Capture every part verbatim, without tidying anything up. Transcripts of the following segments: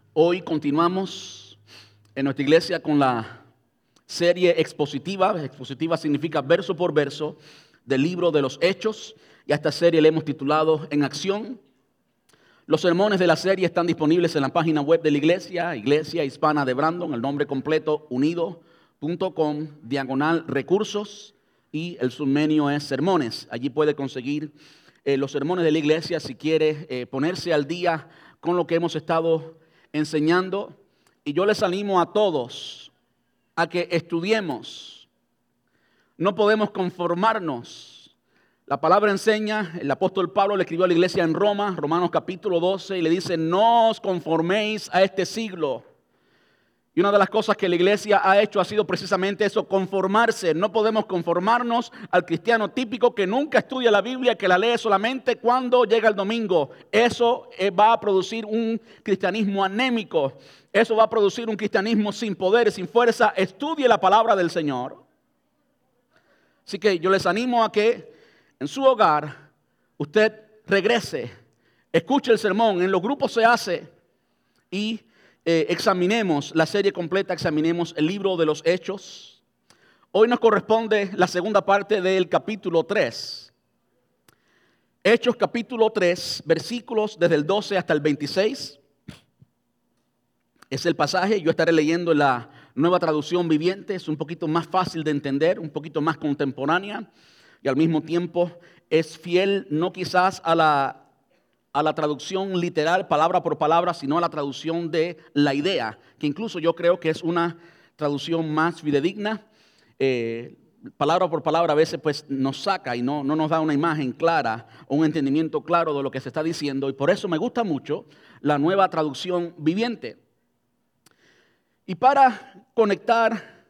Hoy continuamos en nuestra iglesia con la serie expositiva. Expositiva significa verso por verso del libro de los Hechos. Y a esta serie le hemos titulado En Acción. Los sermones de la serie están disponibles en la página web de la iglesia, Iglesia Hispana de Brandon, el nombre completo unido punto com, diagonal recursos, y el submenú es sermones. Allí puede conseguir eh, los sermones de la iglesia si quiere eh, ponerse al día con lo que hemos estado enseñando. Y yo les animo a todos a que estudiemos. No podemos conformarnos. La palabra enseña, el apóstol Pablo le escribió a la iglesia en Roma, Romanos capítulo doce, y le dice: no os conforméis a este siglo. Y una de las cosas que la iglesia ha hecho ha sido precisamente eso, conformarse. No podemos conformarnos al cristiano típico que nunca estudia la Biblia, que la lee solamente cuando llega el domingo. Eso va a producir un cristianismo anémico. Eso va a producir un cristianismo sin poder, sin fuerza. Estudie la palabra del Señor. Así que yo les animo a que en su hogar usted regrese, escuche el sermón. En los grupos se hace y Eh, examinemos la serie completa, examinemos el libro de los Hechos. Hoy nos corresponde la segunda parte del capítulo tres. Hechos capítulo tres, versículos desde el doce hasta el veintiséis. Es el pasaje, yo estaré leyendo en la Nueva Traducción Viviente. Es un poquito más fácil de entender, un poquito más contemporánea y al mismo tiempo es fiel, no quizás a la a la traducción literal, palabra por palabra, sino a la traducción de la idea, que incluso yo creo que es una traducción más fidedigna. Eh, palabra por palabra a veces pues nos saca y no, no nos da una imagen clara o un entendimiento claro de lo que se está diciendo, y por eso me gusta mucho la Nueva Traducción Viviente. Y para conectar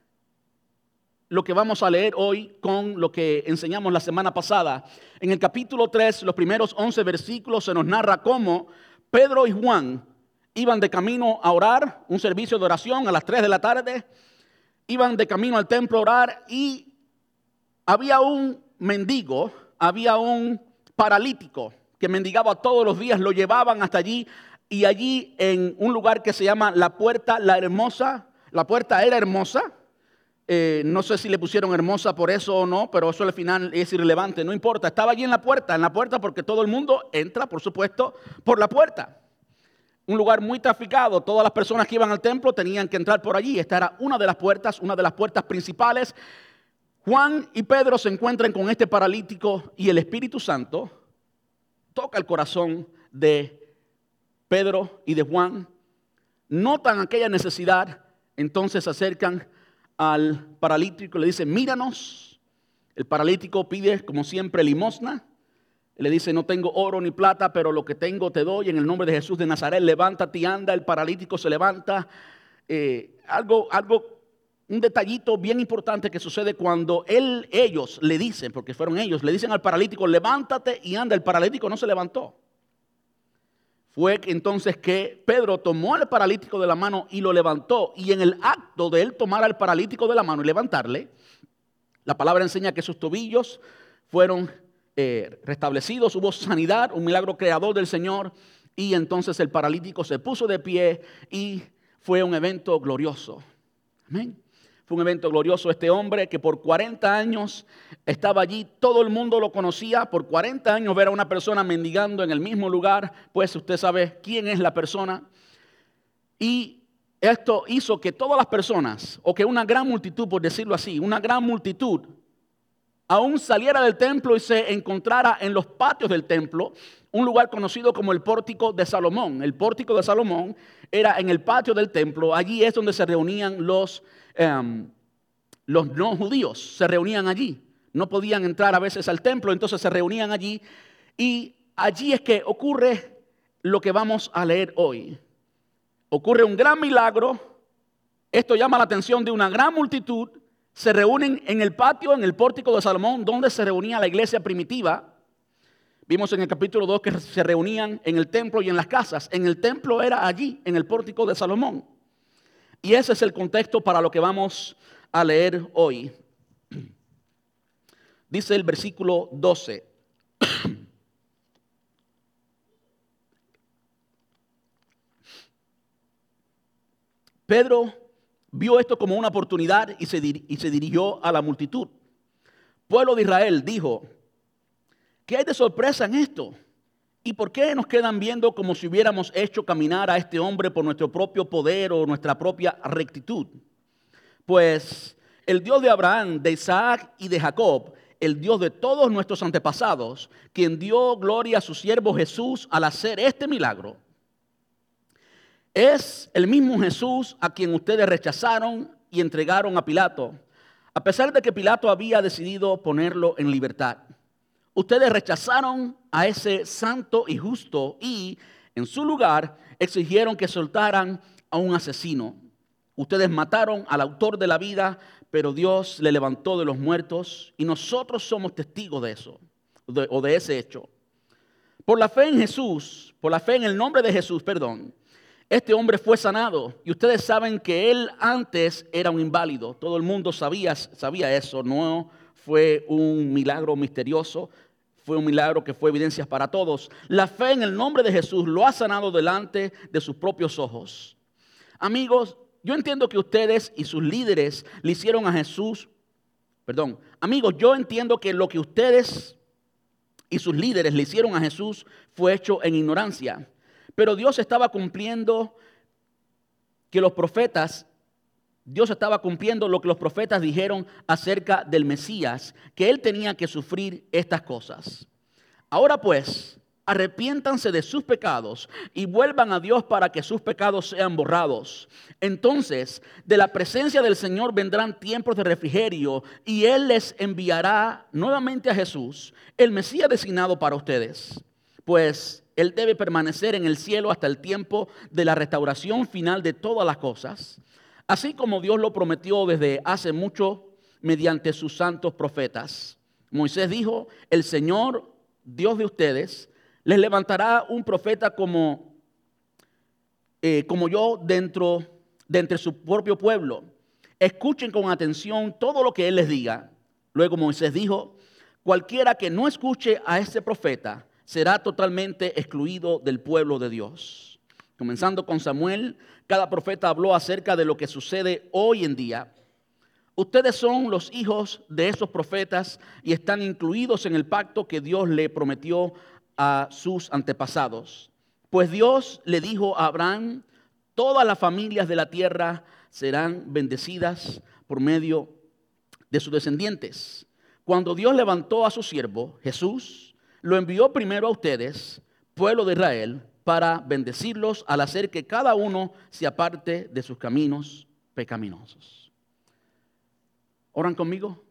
lo que vamos a leer hoy con lo que enseñamos la semana pasada, en el capítulo tres, los primeros once versículos, se nos narra cómo Pedro y Juan iban de camino a orar, un servicio de oración a las tres de la tarde, iban de camino al templo a orar y había un mendigo, había un paralítico que mendigaba todos los días, lo llevaban hasta allí, y allí en un lugar que se llama la Puerta La Hermosa, la puerta era hermosa. Eh, no sé si le pusieron hermosa por eso o no, pero eso al final es irrelevante, no importa. Estaba allí en la puerta, en la puerta porque todo el mundo entra, por supuesto, por la puerta. Un lugar muy traficado, todas las personas que iban al templo tenían que entrar por allí. Esta era una de las puertas, una de las puertas principales. Juan y Pedro se encuentran con este paralítico y el Espíritu Santo toca el corazón de Pedro y de Juan. Notan aquella necesidad, entonces se acercan al paralítico, le dice: míranos. El paralítico pide, como siempre, limosna. Le dice: no tengo oro ni plata, pero lo que tengo te doy. En el nombre de Jesús de Nazaret, levántate y anda. El paralítico se levanta. Eh, algo, algo, un detallito bien importante que sucede cuando él, ellos le dicen, porque fueron ellos, le dicen al paralítico: levántate y anda. El paralítico no se levantó. Fue entonces que Pedro tomó al paralítico de la mano y lo levantó. Y en el acto de él tomar al paralítico de la mano y levantarle, la palabra enseña que sus tobillos fueron eh, restablecidos, hubo sanidad, un milagro creador del Señor. Y entonces el paralítico se puso de pie y fue un evento glorioso. Amén. Fue un evento glorioso. Este hombre que por cuarenta años estaba allí, todo el mundo lo conocía. Por cuarenta años ver a una persona mendigando en el mismo lugar, pues usted sabe quién es la persona. Y esto hizo que todas las personas, o que una gran multitud, por decirlo así, una gran multitud, aún saliera del templo y se encontrara en los patios del templo, un lugar conocido como el Pórtico de Salomón. El Pórtico de Salomón era en el patio del templo. Allí es donde se reunían los, um, los no judíos, se reunían allí. No podían entrar a veces al templo, entonces se reunían allí. Y allí es que ocurre lo que vamos a leer hoy. Ocurre un gran milagro. Esto llama la atención de una gran multitud. Se reúnen en el patio, en el Pórtico de Salomón, donde se reunía la iglesia primitiva. Vimos en el capítulo dos que se reunían en el templo y en las casas. En el templo era allí, en el Pórtico de Salomón. Y ese es el contexto para lo que vamos a leer hoy. Dice el versículo doce. Pedro vio esto como una oportunidad y se, dir- y se dirigió a la multitud. Pueblo de Israel, dijo, ¿qué hay de sorpresa en esto? ¿Y por qué nos quedan viendo como si hubiéramos hecho caminar a este hombre por nuestro propio poder o nuestra propia rectitud? Pues el Dios de Abraham, de Isaac y de Jacob, el Dios de todos nuestros antepasados, quien dio gloria a su siervo Jesús al hacer este milagro, es el mismo Jesús a quien ustedes rechazaron y entregaron a Pilato, a pesar de que Pilato había decidido ponerlo en libertad. Ustedes rechazaron a ese santo y justo y, en su lugar, exigieron que soltaran a un asesino. Ustedes mataron al autor de la vida, pero Dios le levantó de los muertos y nosotros somos testigos de eso, de, o de ese hecho. Por la fe en Jesús, por la fe en el nombre de Jesús, perdón, este hombre fue sanado y ustedes saben que él antes era un inválido. Todo el mundo sabía, sabía eso, no fue un milagro misterioso, fue un milagro que fue evidencia para todos. La fe en el nombre de Jesús lo ha sanado delante de sus propios ojos. Amigos, yo entiendo que ustedes y sus líderes le hicieron a Jesús, perdón, amigos, yo entiendo que lo que ustedes y sus líderes le hicieron a Jesús fue hecho en ignorancia. Pero Dios estaba cumpliendo que los profetas, Dios estaba cumpliendo lo que los profetas dijeron acerca del Mesías, que él tenía que sufrir estas cosas. Ahora pues, arrepiéntanse de sus pecados y vuelvan a Dios para que sus pecados sean borrados. Entonces, de la presencia del Señor vendrán tiempos de refrigerio y Él les enviará nuevamente a Jesús, el Mesías designado para ustedes. Pues Él debe permanecer en el cielo hasta el tiempo de la restauración final de todas las cosas, así como Dios lo prometió desde hace mucho mediante sus santos profetas. Moisés dijo, el Señor, Dios de ustedes, les levantará un profeta como, eh, como yo dentro de entre su propio pueblo. Escuchen con atención todo lo que Él les diga. Luego Moisés dijo, cualquiera que no escuche a este profeta será totalmente excluido del pueblo de Dios. Comenzando con Samuel, cada profeta habló acerca de lo que sucede hoy en día. Ustedes son los hijos de esos profetas y están incluidos en el pacto que Dios le prometió a sus antepasados. Pues Dios le dijo a Abraham, todas las familias de la tierra serán bendecidas por medio de sus descendientes. Cuando Dios levantó a su siervo, Jesús, lo envió primero a ustedes, pueblo de Israel, para bendecirlos al hacer que cada uno se aparte de sus caminos pecaminosos. ¿Oran conmigo?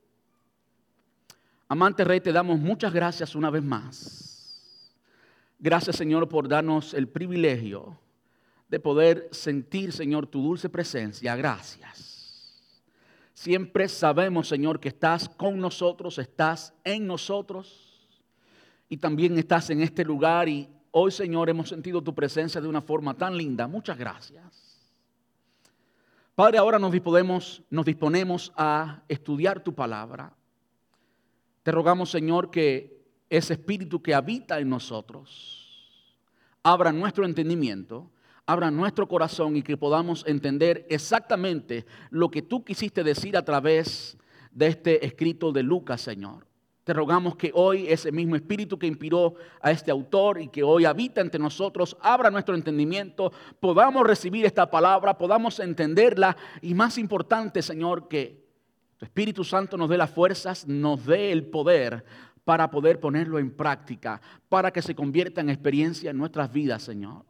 Amante Rey, te damos muchas gracias una vez más. Gracias, Señor, por darnos el privilegio de poder sentir, Señor, tu dulce presencia. Gracias. Siempre sabemos, Señor, que estás con nosotros, estás en nosotros. Y también estás en este lugar y hoy, Señor, hemos sentido tu presencia de una forma tan linda. Muchas gracias. Padre, ahora nos disponemos, nos disponemos a estudiar tu palabra. Te rogamos, Señor, que ese espíritu que habita en nosotros abra nuestro entendimiento, abra nuestro corazón y que podamos entender exactamente lo que tú quisiste decir a través de este escrito de Lucas, Señor. Te rogamos que hoy ese mismo espíritu que inspiró a este autor y que hoy habita entre nosotros, abra nuestro entendimiento, podamos recibir esta palabra, podamos entenderla y más importante, Señor, que tu Espíritu Santo nos dé las fuerzas, nos dé el poder para poder ponerlo en práctica, para que se convierta en experiencia en nuestras vidas, Señor.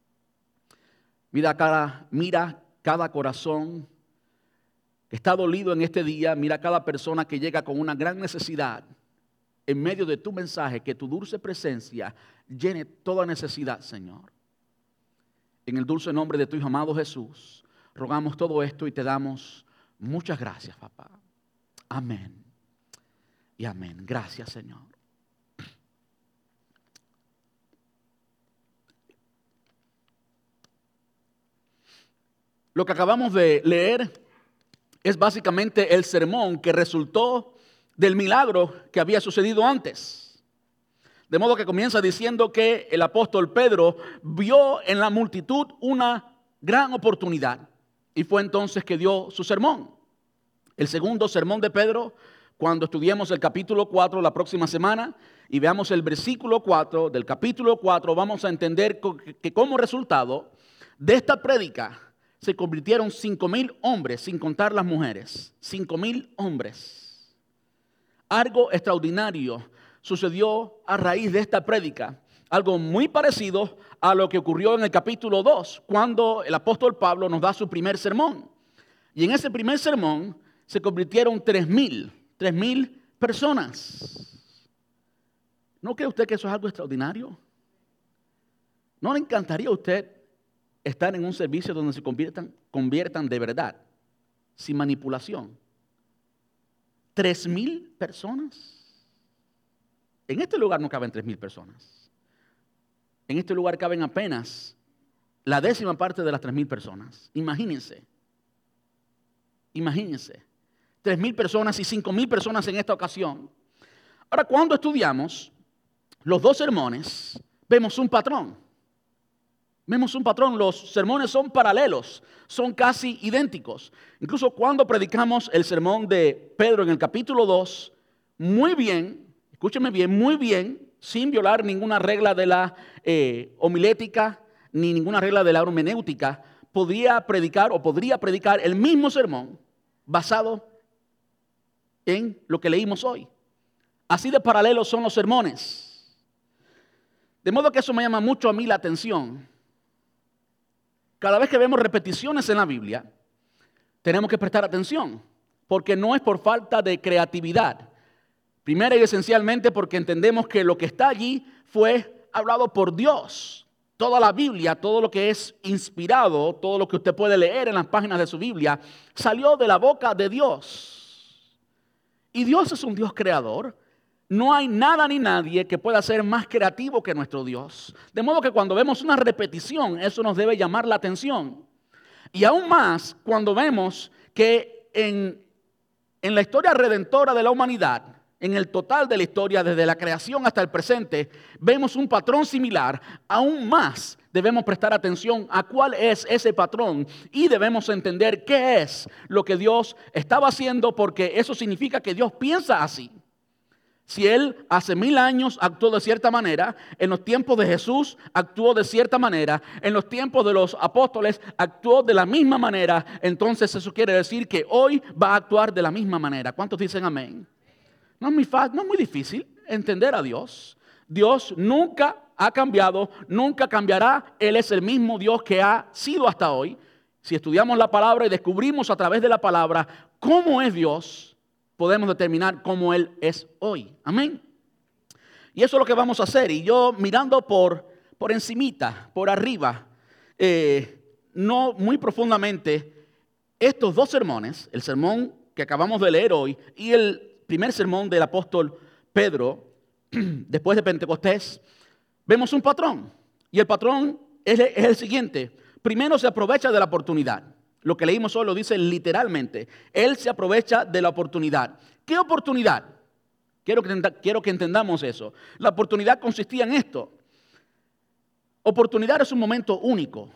Mira cada, mira cada corazón que está dolido en este día, mira cada persona que llega con una gran necesidad. En medio de tu mensaje, que tu dulce presencia llene toda necesidad, Señor. En el dulce nombre de tu Hijo amado Jesús, rogamos todo esto y te damos muchas gracias, papá. Amén y amén. Gracias, Señor. Lo que acabamos de leer es básicamente el sermón que resultó del milagro que había sucedido antes. De modo que comienza diciendo que el apóstol Pedro vio en la multitud una gran oportunidad. y fue entonces que dio su sermón. El segundo sermón de Pedro, cuando estudiemos el capítulo cuatro la próxima semana y veamos el versículo cuatro del capítulo cuatro, vamos a entender que como resultado de esta prédica se convirtieron cinco mil hombres, sin contar las mujeres. Cinco mil hombres. Algo extraordinario sucedió a raíz de esta prédica. Algo muy parecido a lo que ocurrió en el capítulo dos, cuando el apóstol Pablo nos da su primer sermón. Y en ese primer sermón se convirtieron tres mil, tres mil personas. ¿No cree usted que eso es algo extraordinario? ¿No le encantaría a usted estar en un servicio donde se conviertan, conviertan de verdad, sin manipulación? ¿Tres mil personas? En este lugar no caben tres mil personas. En este lugar caben apenas la décima parte de las tres mil personas. Imagínense. Imagínense. Tres mil personas y cinco mil personas en esta ocasión. Ahora, cuando estudiamos los dos sermones, vemos un patrón. Vemos un patrón. Los sermones son paralelos, son casi idénticos. Incluso cuando predicamos el sermón de Pedro en el capítulo dos, muy bien, escúcheme bien, muy bien, sin violar ninguna regla de la eh, homilética ni ninguna regla de la hermenéutica, podría predicar o podría predicar el mismo sermón basado en lo que leímos hoy. Así de paralelos son los sermones. De modo que eso me llama mucho a mí la atención. Cada vez que vemos repeticiones en la Biblia, tenemos que prestar atención, porque no es por falta de creatividad. Primero y esencialmente porque entendemos que lo que está allí fue hablado por Dios. Toda la Biblia, todo lo que es inspirado, todo lo que usted puede leer en las páginas de su Biblia, salió de la boca de Dios. Y Dios es un Dios creador. No hay nada ni nadie que pueda ser más creativo que nuestro Dios. De modo que cuando vemos una repetición, eso nos debe llamar la atención. Y aún más cuando vemos que en, en la historia redentora de la humanidad, en el total de la historia, desde la creación hasta el presente, vemos un patrón similar. Aún más debemos prestar atención a cuál es ese patrón y debemos entender qué es lo que Dios estaba haciendo, porque eso significa que Dios piensa así. Si Él hace mil años actuó de cierta manera, en los tiempos de Jesús actuó de cierta manera, en los tiempos de los apóstoles actuó de la misma manera, entonces eso quiere decir que hoy va a actuar de la misma manera. ¿Cuántos dicen amén? No es muy fácil, no es muy difícil entender a Dios. Dios nunca ha cambiado, nunca cambiará. Él es el mismo Dios que ha sido hasta hoy. Si estudiamos la palabra y descubrimos a través de la palabra cómo es Dios, podemos determinar cómo Él es hoy. Amén. Y eso es lo que vamos a hacer. Y yo mirando por, por encimita, por arriba, eh, no muy profundamente, estos dos sermones, el sermón que acabamos de leer hoy y el primer sermón del apóstol Pedro, después de Pentecostés, vemos un patrón. Y el patrón es, es el siguiente. Primero se aprovecha de la oportunidad. Lo que leímos hoy lo dice literalmente. Él se aprovecha de la oportunidad. ¿Qué oportunidad? Quiero que, quiero que entendamos eso. La oportunidad consistía en esto. Oportunidad es un momento único.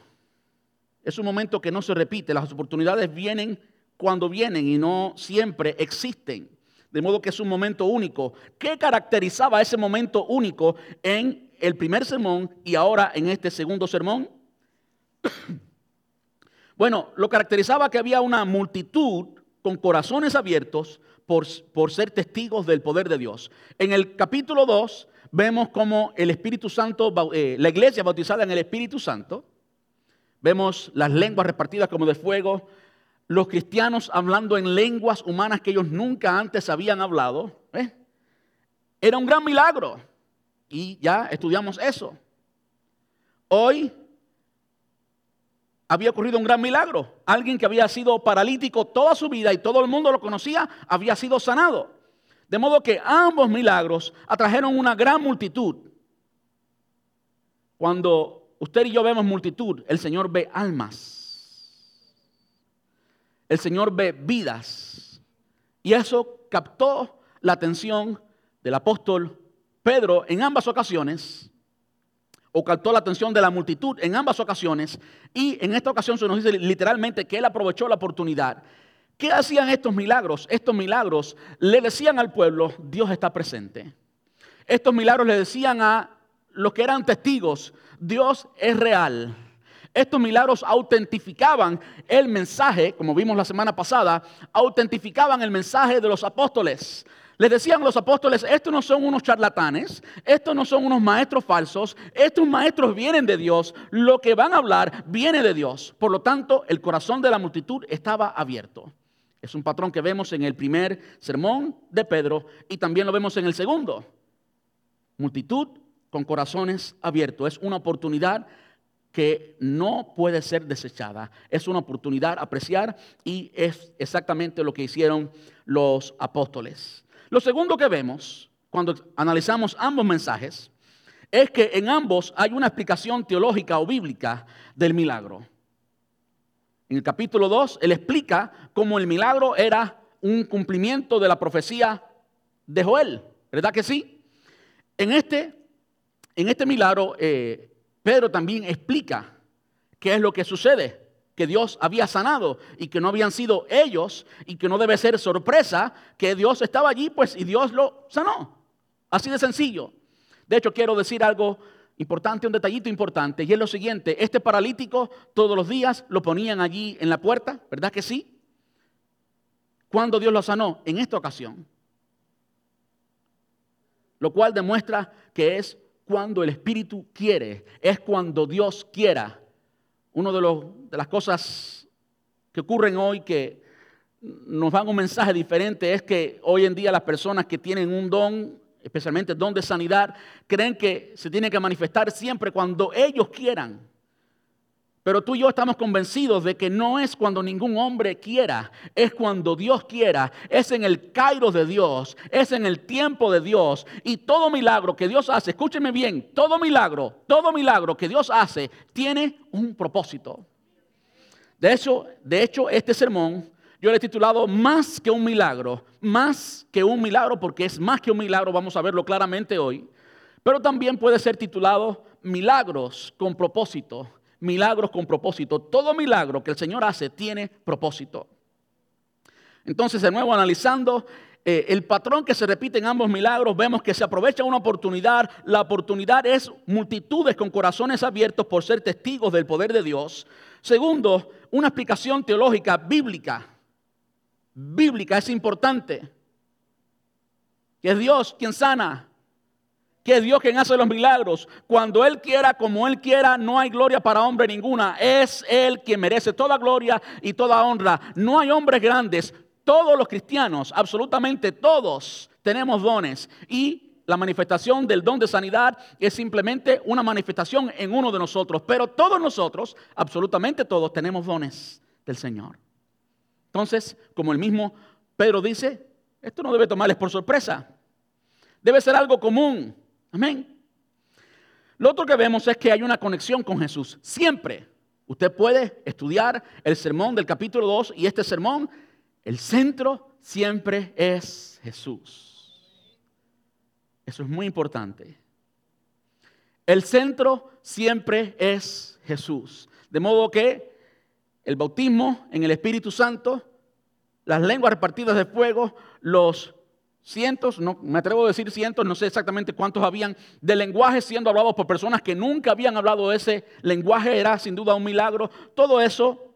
Es un momento que no se repite. Las oportunidades vienen cuando vienen y no siempre existen. De modo que es un momento único. ¿Qué caracterizaba ese momento único en el primer sermón y ahora en este segundo sermón? Bueno, lo caracterizaba que había una multitud con corazones abiertos por, por ser testigos del poder de Dios. En el capítulo dos vemos cómo el Espíritu Santo, eh, la iglesia bautizada en el Espíritu Santo, vemos las lenguas repartidas como de fuego, los cristianos hablando en lenguas humanas que ellos nunca antes habían hablado. ¿eh? Era un gran milagro y ya estudiamos eso. Hoy había ocurrido un gran milagro. Alguien que había sido paralítico toda su vida y todo el mundo lo conocía, había sido sanado. De modo que ambos milagros atrajeron una gran multitud. Cuando usted y yo vemos multitud, el Señor ve almas. El Señor ve vidas. Y eso captó la atención del apóstol Pedro en ambas ocasiones. o captó la atención de la multitud en ambas ocasiones, y en esta ocasión se nos dice literalmente que él aprovechó la oportunidad. ¿Qué hacían estos milagros? Estos milagros le decían al pueblo, Dios está presente. Estos milagros le decían a los que eran testigos, Dios es real. Estos milagros autentificaban el mensaje, como vimos la semana pasada, autentificaban el mensaje de los apóstoles. Les decían los apóstoles, estos no son unos charlatanes, estos no son unos maestros falsos, estos maestros vienen de Dios, lo que van a hablar viene de Dios. Por lo tanto, el corazón de la multitud estaba abierto. Es un patrón que vemos en el primer sermón de Pedro y también lo vemos en el segundo. Multitud con corazones abiertos. Es una oportunidad que no puede ser desechada. Es una oportunidad a apreciar y es exactamente lo que hicieron los apóstoles. Lo segundo que vemos cuando analizamos ambos mensajes es que en ambos hay una explicación teológica o bíblica del milagro. En el capítulo dos, él explica cómo el milagro era un cumplimiento de la profecía de Joel. ¿Verdad que sí? En este, en este milagro, eh, Pedro también explica qué es lo que sucede, que Dios había sanado y que no habían sido ellos y que no debe ser sorpresa que Dios estaba allí, pues, y Dios lo sanó. Así de sencillo. De hecho, quiero decir algo importante, un detallito importante, y es lo siguiente. Este paralítico todos los días lo ponían allí en la puerta, ¿verdad que sí? ¿Cuándo Dios lo sanó? En esta ocasión. Lo cual demuestra que es cuando el Espíritu quiere, es cuando Dios quiera. Una de, los, de las cosas que ocurren hoy que nos dan un mensaje diferente es que hoy en día las personas que tienen un don, especialmente el don de sanidad, creen que se tiene que manifestar siempre cuando ellos quieran. Pero tú y yo estamos convencidos de que no es cuando ningún hombre quiera, es cuando Dios quiera, es en el kairos de Dios, es en el tiempo de Dios. Y todo milagro que Dios hace, escúchenme bien, todo milagro, todo milagro que Dios hace tiene un propósito. De hecho, de hecho este sermón yo le he titulado Más que un milagro, más que un milagro porque es más que un milagro, vamos a verlo claramente hoy. Pero también puede ser titulado Milagros con propósito. Milagros con propósito. Todo milagro que el Señor hace tiene propósito. Entonces, de nuevo, analizando eh, el patrón que se repite en ambos milagros, vemos que se aprovecha una oportunidad. La oportunidad es multitudes con corazones abiertos por ser testigos del poder de Dios. Segundo, una explicación teológica bíblica. Bíblica es importante. Que es Dios quien sana. Que es Dios quien hace los milagros. Cuando Él quiera, como Él quiera, no hay gloria para hombre ninguna. Es Él quien merece toda gloria y toda honra. No hay hombres grandes. Todos los cristianos, absolutamente todos, tenemos dones. Y la manifestación del don de sanidad es simplemente una manifestación en uno de nosotros. Pero todos nosotros, absolutamente todos, tenemos dones del Señor. Entonces, como el mismo Pedro dice, esto no debe tomarles por sorpresa. Debe ser algo común. Amén. Lo otro que vemos es que hay una conexión con Jesús. Siempre. Usted puede estudiar el sermón del capítulo dos y este sermón, el centro siempre es Jesús. Eso es muy importante. El centro siempre es Jesús. De modo que el bautismo en el Espíritu Santo, las lenguas repartidas de fuego, los cientos, no me atrevo a decir cientos, no sé exactamente cuántos habían, de lenguajes siendo hablados por personas que nunca habían hablado de ese lenguaje, era sin duda un milagro. Todo eso,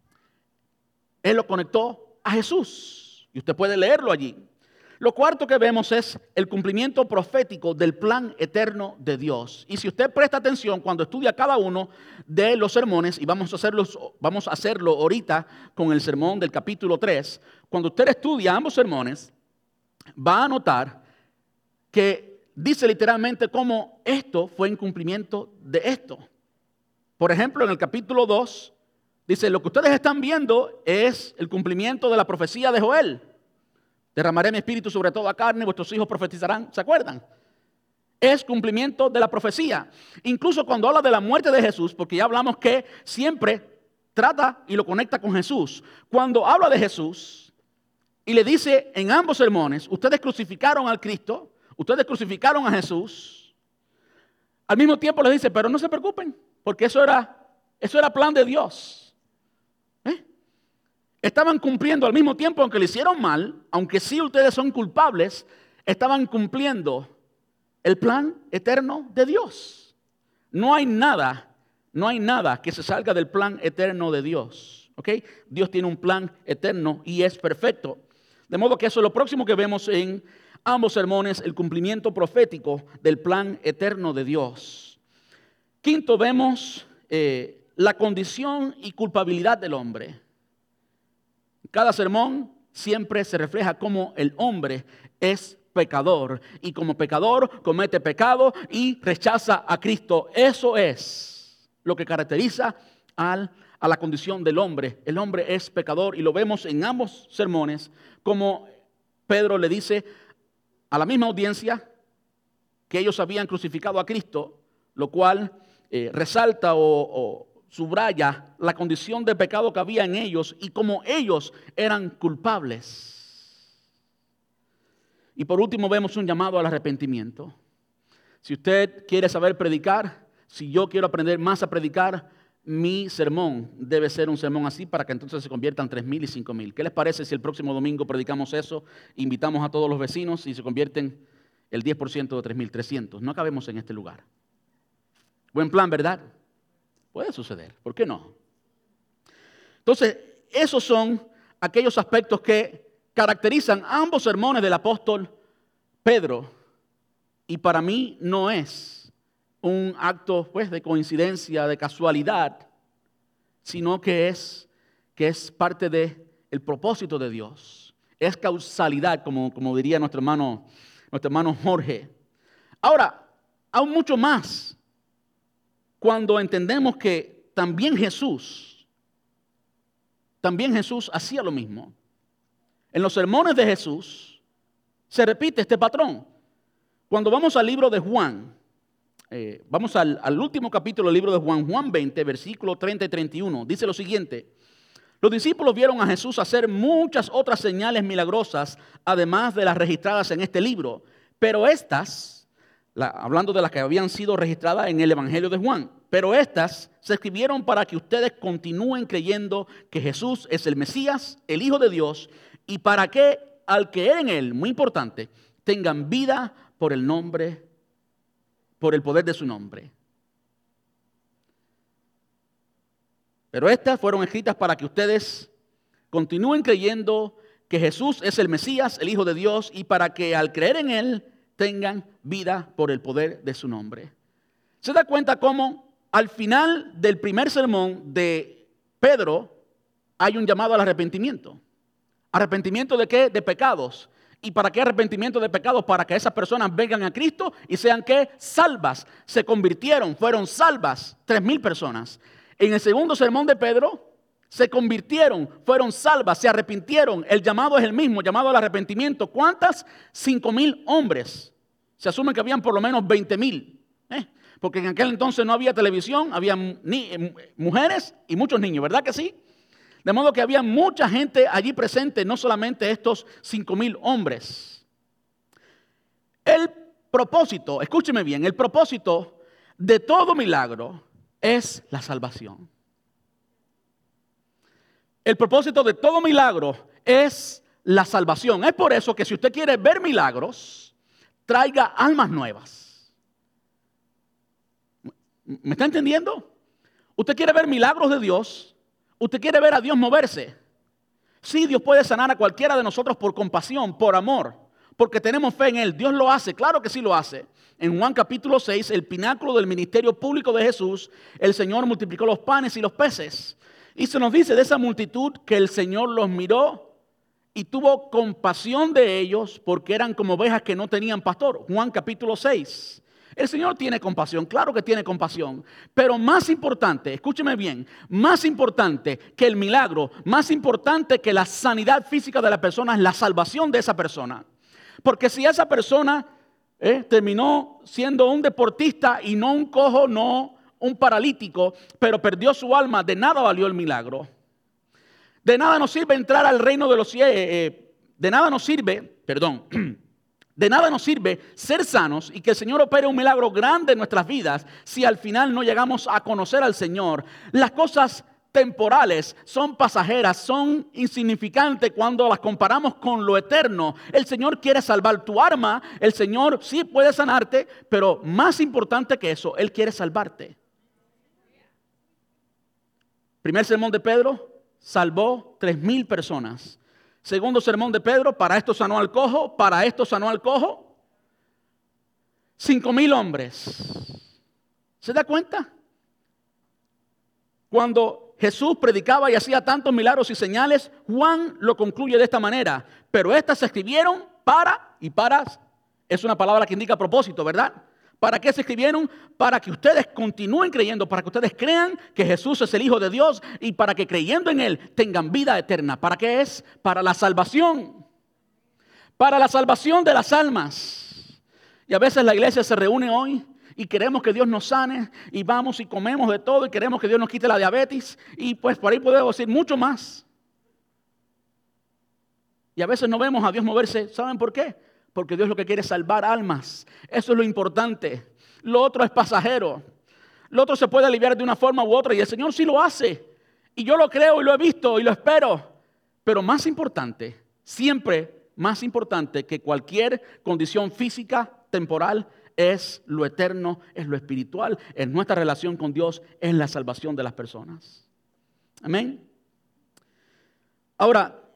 Él lo conectó a Jesús. Y usted puede leerlo allí. Lo cuarto que vemos es el cumplimiento profético del plan eterno de Dios. Y si usted presta atención cuando estudia cada uno de los sermones, y vamos a hacerlo, vamos a hacerlo ahorita con el sermón del capítulo tres, cuando usted estudia ambos sermones, va a notar que dice literalmente cómo esto fue en cumplimiento de esto. Por ejemplo, en el capítulo dos, dice, lo que ustedes están viendo es el cumplimiento de la profecía de Joel. Derramaré mi espíritu sobre toda carne, vuestros hijos profetizarán. ¿Se acuerdan? Es cumplimiento de la profecía. Incluso cuando habla de la muerte de Jesús, porque ya hablamos que siempre trata y lo conecta con Jesús. Cuando habla de Jesús y le dice en ambos sermones, ustedes crucificaron al Cristo, ustedes crucificaron a Jesús, al mismo tiempo les dice, pero no se preocupen, porque eso era, eso era plan de Dios. ¿Eh? Estaban cumpliendo al mismo tiempo, aunque le hicieron mal, aunque sí ustedes son culpables, estaban cumpliendo el plan eterno de Dios. No hay nada, no hay nada que se salga del plan eterno de Dios. ¿Ok? Dios tiene un plan eterno y es perfecto. De modo que eso es lo próximo que vemos en ambos sermones, el cumplimiento profético del plan eterno de Dios. Quinto, vemos eh, la condición y culpabilidad del hombre. Cada sermón siempre se refleja cómo el hombre es pecador y como pecador comete pecado y rechaza a Cristo. Eso es lo que caracteriza al, a la condición del hombre. El hombre es pecador y lo vemos en ambos sermones, como Pedro le dice a la misma audiencia que ellos habían crucificado a Cristo, lo cual eh, resalta o, o subraya la condición de pecado que había en ellos y como ellos eran culpables. Y por último vemos un llamado al arrepentimiento. Si usted quiere saber predicar, si yo quiero aprender más a predicar, mi sermón debe ser un sermón así para que entonces se conviertan tres mil y cinco mil. ¿Qué les parece si el próximo domingo predicamos eso, invitamos a todos los vecinos y se convierten el diez por ciento de tres mil trescientos? No acabemos en este lugar. Buen plan, ¿verdad? Puede suceder, ¿por qué no? Entonces, esos son aquellos aspectos que caracterizan ambos sermones del apóstol Pedro. Y para mí no es un acto pues, de coincidencia, de casualidad, sino que es, que es parte del propósito de Dios. Es causalidad, como, como diría nuestro hermano, nuestro hermano Jorge. Ahora, aún mucho más cuando entendemos que también Jesús, también Jesús hacía lo mismo. En los sermones de Jesús se repite este patrón. Cuando vamos al libro de Juan, eh, vamos al, al último capítulo del libro de Juan, Juan veinte, versículo treinta y treinta y uno, dice lo siguiente: los discípulos vieron a Jesús hacer muchas otras señales milagrosas, además de las registradas en este libro, pero estas, la, hablando de las que habían sido registradas en el Evangelio de Juan, pero estas se escribieron para que ustedes continúen creyendo que Jesús es el Mesías, el Hijo de Dios, y para que al creer en Él, muy importante, tengan vida por el nombre, por el poder de su nombre. Pero estas fueron escritas para que ustedes continúen creyendo que Jesús es el Mesías, el Hijo de Dios, y para que al creer en Él tengan vida por el poder de su nombre. ¿Se da cuenta cómo al final del primer sermón de Pedro hay un llamado al arrepentimiento? ¿Arrepentimiento de qué? De pecados. ¿Y para qué arrepentimiento de pecados? Para que esas personas vengan a Cristo y sean ¿qué? Salvas. Se convirtieron, fueron salvas tres mil personas. En el segundo sermón de Pedro se convirtieron, fueron salvas, se arrepintieron. El llamado es el mismo, llamado al arrepentimiento. ¿Cuántas? Cinco mil hombres. Se asume que habían por lo menos veinte mil. ¿eh? Porque en aquel entonces no había televisión, había ni, mujeres y muchos niños, ¿verdad que sí? De modo que había mucha gente allí presente, no solamente estos cinco mil hombres. El propósito, escúcheme bien, el propósito de todo milagro es la salvación. El propósito de todo milagro es la salvación. Es por eso que si usted quiere ver milagros, traiga almas nuevas. ¿Me está entendiendo? Usted quiere ver milagros de Dios. Usted quiere ver a Dios moverse. Sí, Dios puede sanar a cualquiera de nosotros por compasión, por amor, porque tenemos fe en Él. Dios lo hace, claro que sí lo hace. En Juan capítulo seis, el pináculo del ministerio público de Jesús, el Señor multiplicó los panes y los peces. Y se nos dice de esa multitud que el Señor los miró y tuvo compasión de ellos porque eran como ovejas que no tenían pastor. Juan capítulo seis. El Señor tiene compasión, claro que tiene compasión, pero más importante, escúcheme bien, más importante que el milagro, más importante que la sanidad física de la persona es la salvación de esa persona. Porque si esa persona eh, terminó siendo un deportista y no un cojo, no un paralítico, pero perdió su alma, de nada valió el milagro. De nada nos sirve entrar al reino de los cielos, eh, de nada nos sirve, perdón, De nada nos sirve ser sanos y que el Señor opere un milagro grande en nuestras vidas si al final no llegamos a conocer al Señor. Las cosas temporales son pasajeras, son insignificantes cuando las comparamos con lo eterno. El Señor quiere salvar tu alma, el Señor sí puede sanarte, pero más importante que eso, Él quiere salvarte. Primer sermón de Pedro, salvó tres mil personas. Segundo sermón de Pedro, para esto sanó al cojo, para esto sanó al cojo. Cinco mil hombres. ¿Se da cuenta? Cuando Jesús predicaba y hacía tantos milagros y señales, Juan lo concluye de esta manera. Pero estas se escribieron para, y para es una palabra que indica propósito, ¿verdad? ¿Para qué se escribieron? Para que ustedes continúen creyendo, para que ustedes crean que Jesús es el Hijo de Dios y para que creyendo en Él tengan vida eterna. ¿Para qué es? Para la salvación. Para la salvación de las almas. Y a veces la iglesia se reúne hoy y queremos que Dios nos sane y vamos y comemos de todo y queremos que Dios nos quite la diabetes y pues por ahí podemos decir mucho más. Y a veces no vemos a Dios moverse. ¿Saben por qué? Porque Dios lo que quiere es salvar almas. Eso es lo importante. Lo otro es pasajero. Lo otro se puede aliviar de una forma u otra y el Señor sí lo hace. Y yo lo creo y lo he visto y lo espero. Pero más importante, siempre más importante que cualquier condición física, temporal, es lo eterno, es lo espiritual, es nuestra relación con Dios, es la salvación de las personas. Amén. Ahora,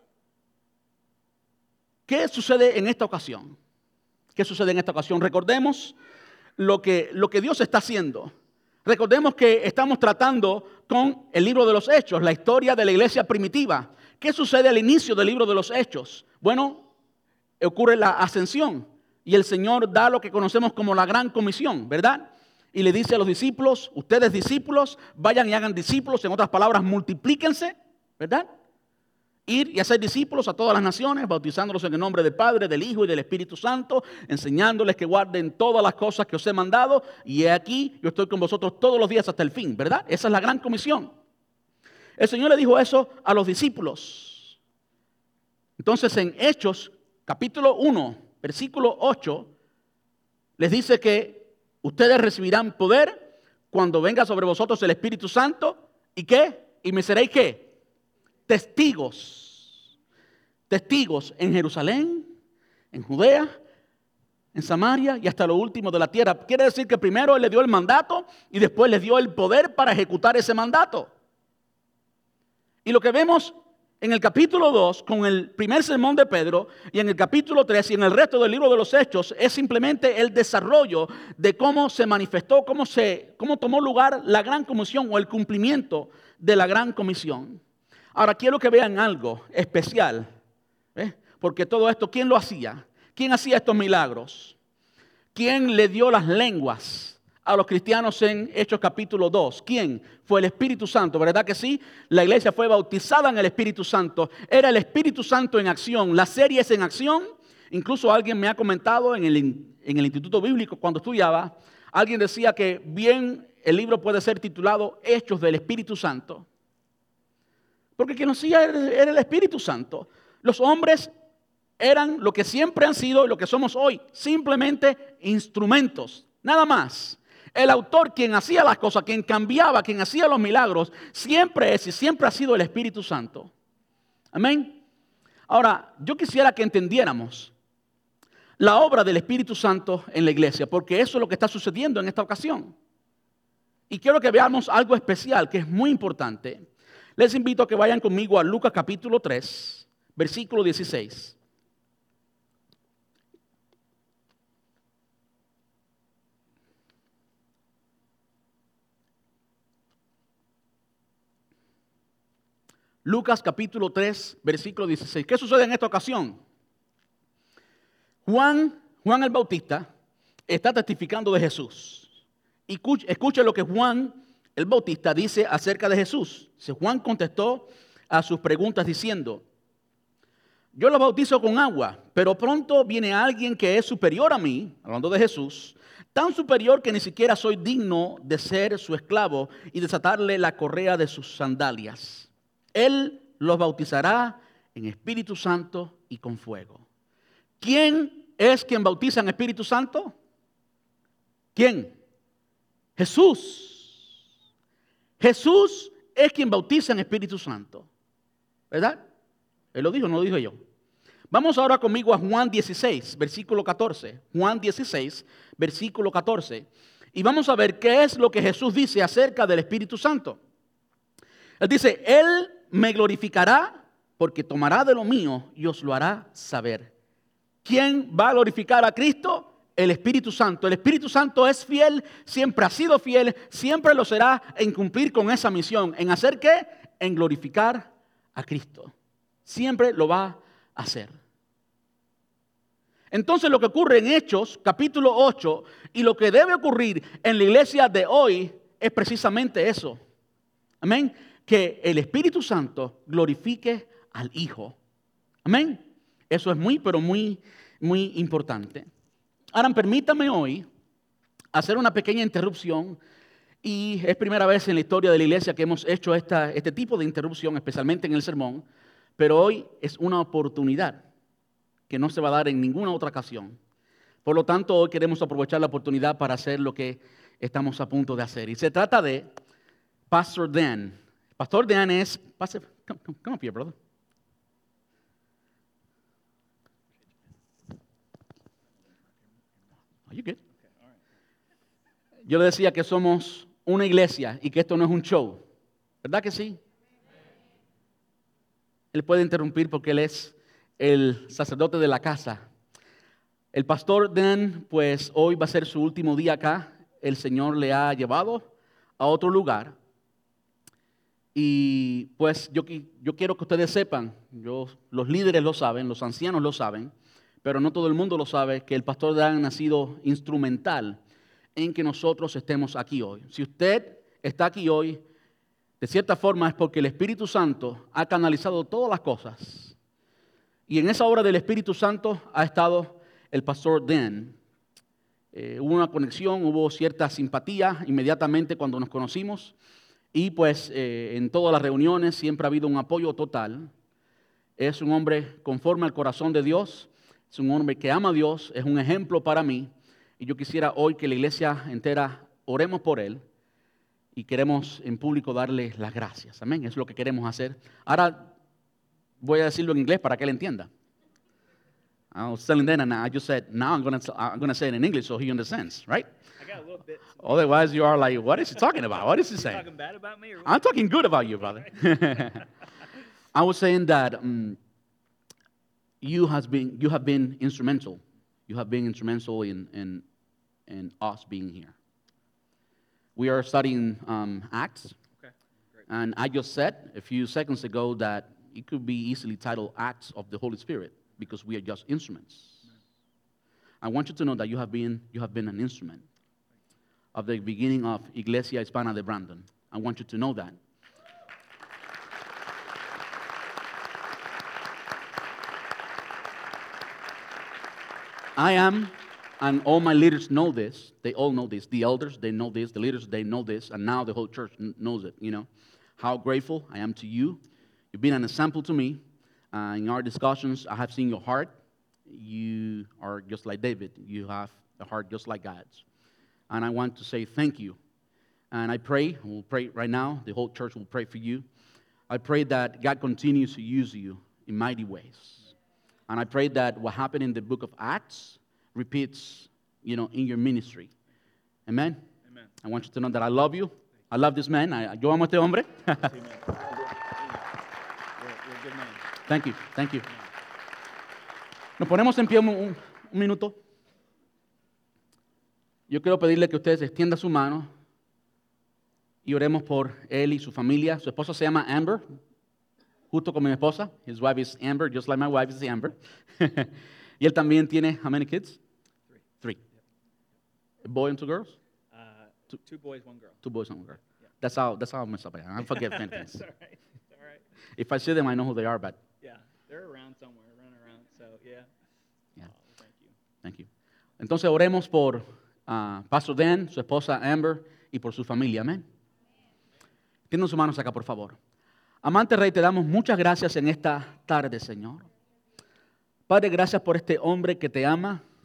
¿qué sucede en esta ocasión? ¿Qué sucede en esta ocasión? Recordemos lo que, lo que Dios está haciendo. Recordemos que estamos tratando con el libro de los Hechos, la historia de la iglesia primitiva. ¿Qué sucede al inicio del libro de los Hechos? Bueno, ocurre la ascensión y el Señor da lo que conocemos como la gran comisión, ¿verdad? Y le dice a los discípulos, ustedes discípulos, vayan y hagan discípulos, en otras palabras, multiplíquense, ¿verdad? Ir y hacer discípulos a todas las naciones, bautizándolos en el nombre del Padre, del Hijo y del Espíritu Santo, enseñándoles que guarden todas las cosas que os he mandado. Y he aquí, yo estoy con vosotros todos los días hasta el fin, ¿verdad? Esa es la gran comisión. El Señor le dijo eso a los discípulos. Entonces en Hechos, capítulo uno, versículo ocho, les dice que ustedes recibirán poder cuando venga sobre vosotros el Espíritu Santo. ¿Y qué? ¿Y me seréis qué? Testigos, testigos en Jerusalén, en Judea, en Samaria y hasta lo último de la tierra. Quiere decir que primero Él le dio el mandato y después le dio el poder para ejecutar ese mandato. Y lo que vemos en el capítulo dos, con el primer sermón de Pedro, y en el capítulo tres y en el resto del libro de los Hechos, es simplemente el desarrollo de cómo se manifestó, cómo, se, cómo tomó lugar la gran comisión o el cumplimiento de la gran comisión. Ahora quiero que vean algo especial, ¿eh? Porque todo esto, ¿quién lo hacía? ¿Quién hacía estos milagros? ¿Quién le dio las lenguas a los cristianos en Hechos capítulo dos? ¿Quién? Fue el Espíritu Santo, ¿verdad que sí? La iglesia fue bautizada en el Espíritu Santo. Era el Espíritu Santo en acción. La serie es en acción. Incluso alguien me ha comentado en el, en el Instituto Bíblico cuando estudiaba, alguien decía que bien el libro puede ser titulado Hechos del Espíritu Santo. Porque quien lo hacía era el Espíritu Santo. Los hombres eran lo que siempre han sido y lo que somos hoy, simplemente instrumentos, nada más. El autor, quien hacía las cosas, quien cambiaba, quien hacía los milagros, siempre es y siempre ha sido el Espíritu Santo. Amén. Ahora, yo quisiera que entendiéramos la obra del Espíritu Santo en la iglesia, porque eso es lo que está sucediendo en esta ocasión. Y quiero que veamos algo especial que es muy importante. Les invito a que vayan conmigo a Lucas capítulo tres, versículo dieciséis. Lucas capítulo tres, versículo dieciséis. ¿Qué sucede en esta ocasión? Juan, Juan el Bautista está testificando de Jesús. Y escuche lo que Juan el Bautista dice acerca de Jesús. Juan contestó a sus preguntas diciendo: yo los bautizo con agua, pero pronto viene alguien que es superior a mí, hablando de Jesús, tan superior que ni siquiera soy digno de ser su esclavo y desatarle la correa de sus sandalias. Él los bautizará en Espíritu Santo y con fuego. ¿Quién es quien bautiza en Espíritu Santo? ¿Quién? Jesús. Jesús es quien bautiza en Espíritu Santo. ¿Verdad? Él lo dijo, no lo dijo yo. Vamos ahora conmigo a Juan dieciséis, versículo catorce. Juan dieciséis, versículo catorce. Y vamos a ver qué es lo que Jesús dice acerca del Espíritu Santo. Él dice, Él me glorificará porque tomará de lo mío y os lo hará saber. ¿Quién va a glorificar a Cristo? El Espíritu Santo. El Espíritu Santo es fiel, siempre ha sido fiel, siempre lo será en cumplir con esa misión. ¿En hacer qué? En glorificar a Cristo. Siempre lo va a hacer. Entonces lo que ocurre en Hechos, capítulo ocho, y lo que debe ocurrir en la iglesia de hoy es precisamente eso. Amén. Que el Espíritu Santo glorifique al Hijo. Amén. Eso es muy, pero muy, muy importante. Ahora, permítame hoy hacer una pequeña interrupción. Y es primera vez en la historia de la iglesia que hemos hecho esta, este tipo de interrupción, especialmente en el sermón. Pero hoy es una oportunidad que no se va a dar en ninguna otra ocasión. Por lo tanto, hoy queremos aprovechar la oportunidad para hacer lo que estamos a punto de hacer. Y se trata de Pastor Dan. Pastor Dan es... Pastor, come, come, come up here, brother. Are you good? Yo le decía que somos una iglesia y que esto no es un show. ¿Verdad que sí? Él puede interrumpir porque él es el sacerdote de la casa. El pastor Dan, pues hoy va a ser su último día acá. El Señor le ha llevado a otro lugar. Y pues yo, yo quiero que ustedes sepan, yo, los líderes lo saben, los ancianos lo saben, pero no todo el mundo lo sabe, que el pastor Dan ha sido instrumental en que nosotros estemos aquí hoy. Si usted está aquí hoy, de cierta forma es porque el Espíritu Santo ha canalizado todas las cosas. Y en esa obra del Espíritu Santo ha estado el pastor Dan. Eh, hubo una conexión, hubo cierta simpatía inmediatamente cuando nos conocimos. Y pues eh, en todas las reuniones siempre ha habido un apoyo total. Es un hombre conforme al corazón de Dios. Es un hombre que ama a Dios. Es un ejemplo para mí. Y yo quisiera hoy que la iglesia entera oremos por él. Y queremos en público darle las gracias. Amén. Es lo que queremos hacer. Ahora voy a decirlo en inglés para que él entienda. I was telling Dan and I just said, now I'm going to I'm going to say it in English so he understands, right? I got a little bit. Otherwise you are like, what is he talking about? What is he You saying? talking bad about me or what? I'm talking good about you, brother. I was saying that um, you has been you have been instrumental. You have been instrumental in in, in us being here. We are studying um, Acts, Okay, great. and I just said a few seconds ago that it could be easily titled Acts of the Holy Spirit because we are just instruments. I want you to know that you have been you have been an instrument of the beginning of Iglesia Hispana de Brandon. I want you to know that. I am, and all my leaders know this. They all know this. The elders, they know this. The leaders, they know this. And now the whole church knows it, you know. How grateful I am to you. You've been an example to me. Uh, in our discussions, I have seen your heart. You are just like David. You have a heart just like God's. And I want to say thank you. And I pray, we'll pray right now. The whole church will pray for you. I pray that God continues to use you in mighty ways. And I pray that what happened in the book of Acts repeats, you know, in your ministry. Amen? Amen. I want you to know that I love you. I love this man. I, yo amo a este hombre. Amen. You're, you're a good man. Thank you. Thank you. Nos ponemos en pie un, un, un minuto. Yo quiero pedirle que usted extienda su mano y oremos por él y su familia. Su esposa se llama Amber, justo como mi esposa. His wife is Amber, just like my wife is Amber. Y él también tiene, how many kids? Three. Three. A boy and two girls? Uh, two, two boys, one girl. Two boys and one girl. Yeah. That's how, that's how I mess up. I forget many things. It's all right. It's all right. If I see them, I know who they are, but Yeah, they're around somewhere, running around. So yeah. Yeah. Oh, well, thank you. thank you. Entonces oremos por uh, Pastor Dan, su esposa Amber y por su familia. Amén. Tienen sus manos acá, por favor. Amante Rey, te damos muchas gracias en esta tarde, Señor. Padre, gracias por este hombre que te ama,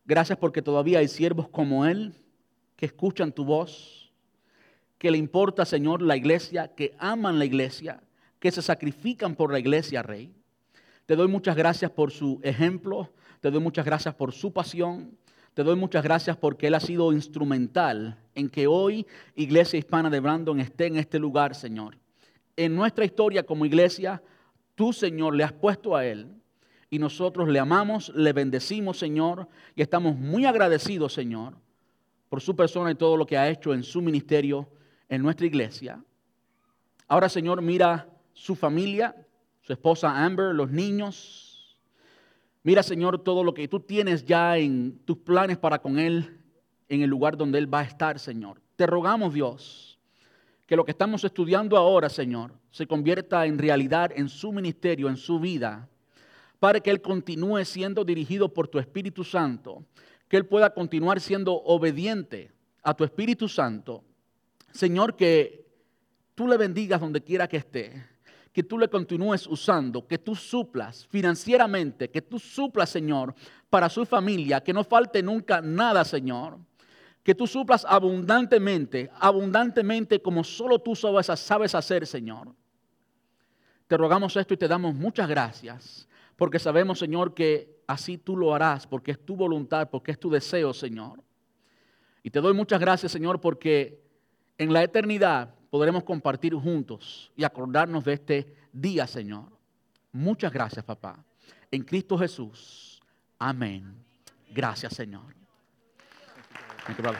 Gracias porque todavía hay siervos como Él que escuchan tu voz, que le importa, Señor, la iglesia, que aman la iglesia, que se sacrifican por la iglesia, Rey. Te doy muchas gracias por su ejemplo, te doy muchas gracias por su pasión, te doy muchas gracias porque Él ha sido instrumental en que hoy Iglesia Hispana de Brandon esté en este lugar, Señor. En nuestra historia como iglesia, tú, Señor, le has puesto a Él y nosotros le amamos, le bendecimos, Señor, y estamos muy agradecidos, Señor, por su persona y todo lo que ha hecho en su ministerio en nuestra iglesia. Ahora, Señor, mira su familia, su esposa Amber, los niños. Mira, Señor, todo lo que tú tienes ya en tus planes para con Él, en el lugar donde Él va a estar, Señor. Te rogamos, Dios, que lo que estamos estudiando ahora, Señor, se convierta en realidad en su ministerio, en su vida, para que Él continúe siendo dirigido por tu Espíritu Santo, que Él pueda continuar siendo obediente a tu Espíritu Santo. Señor, que tú le bendigas donde quiera que esté, que tú le continúes usando, que tú suplas financieramente, que tú suplas, Señor, para su familia, que no falte nunca nada, Señor. Que tú suplas abundantemente, abundantemente como solo tú sabes, sabes hacer, Señor. Te rogamos esto y te damos muchas gracias, porque sabemos, Señor, que así tú lo harás, porque es tu voluntad, porque es tu deseo, Señor. Y te doy muchas gracias, Señor, porque en la eternidad podremos compartir juntos y acordarnos de este día, Señor. Muchas gracias, papá. En Cristo Jesús. Amén. Gracias, Señor. Thank you, brother.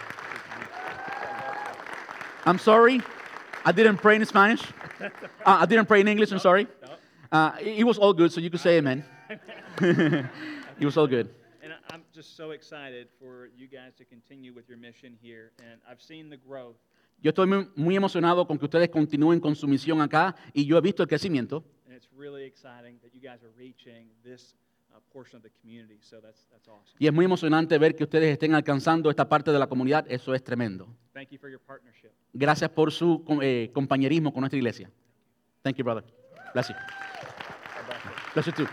I'm sorry, I didn't pray in Spanish. Uh, I didn't pray in English, I'm sorry. Uh, it was all good, so you could say amen. It was all good. And I'm just so excited for you guys to continue with your mission here. And I've seen the growth. Yo estoy muy, muy emocionado con que ustedes continúen con su misión acá y yo he visto el crecimiento. And it's really exciting that you guys are reaching this uh, portion of the community. So that's that's awesome. Y es muy emocionante ver que ustedes estén alcanzando esta parte de la comunidad. Eso es tremendo. Thank you for your partnership. Gracias por su eh, compañerismo con nuestra iglesia. Thank you, brother. Bless you. Bless you too.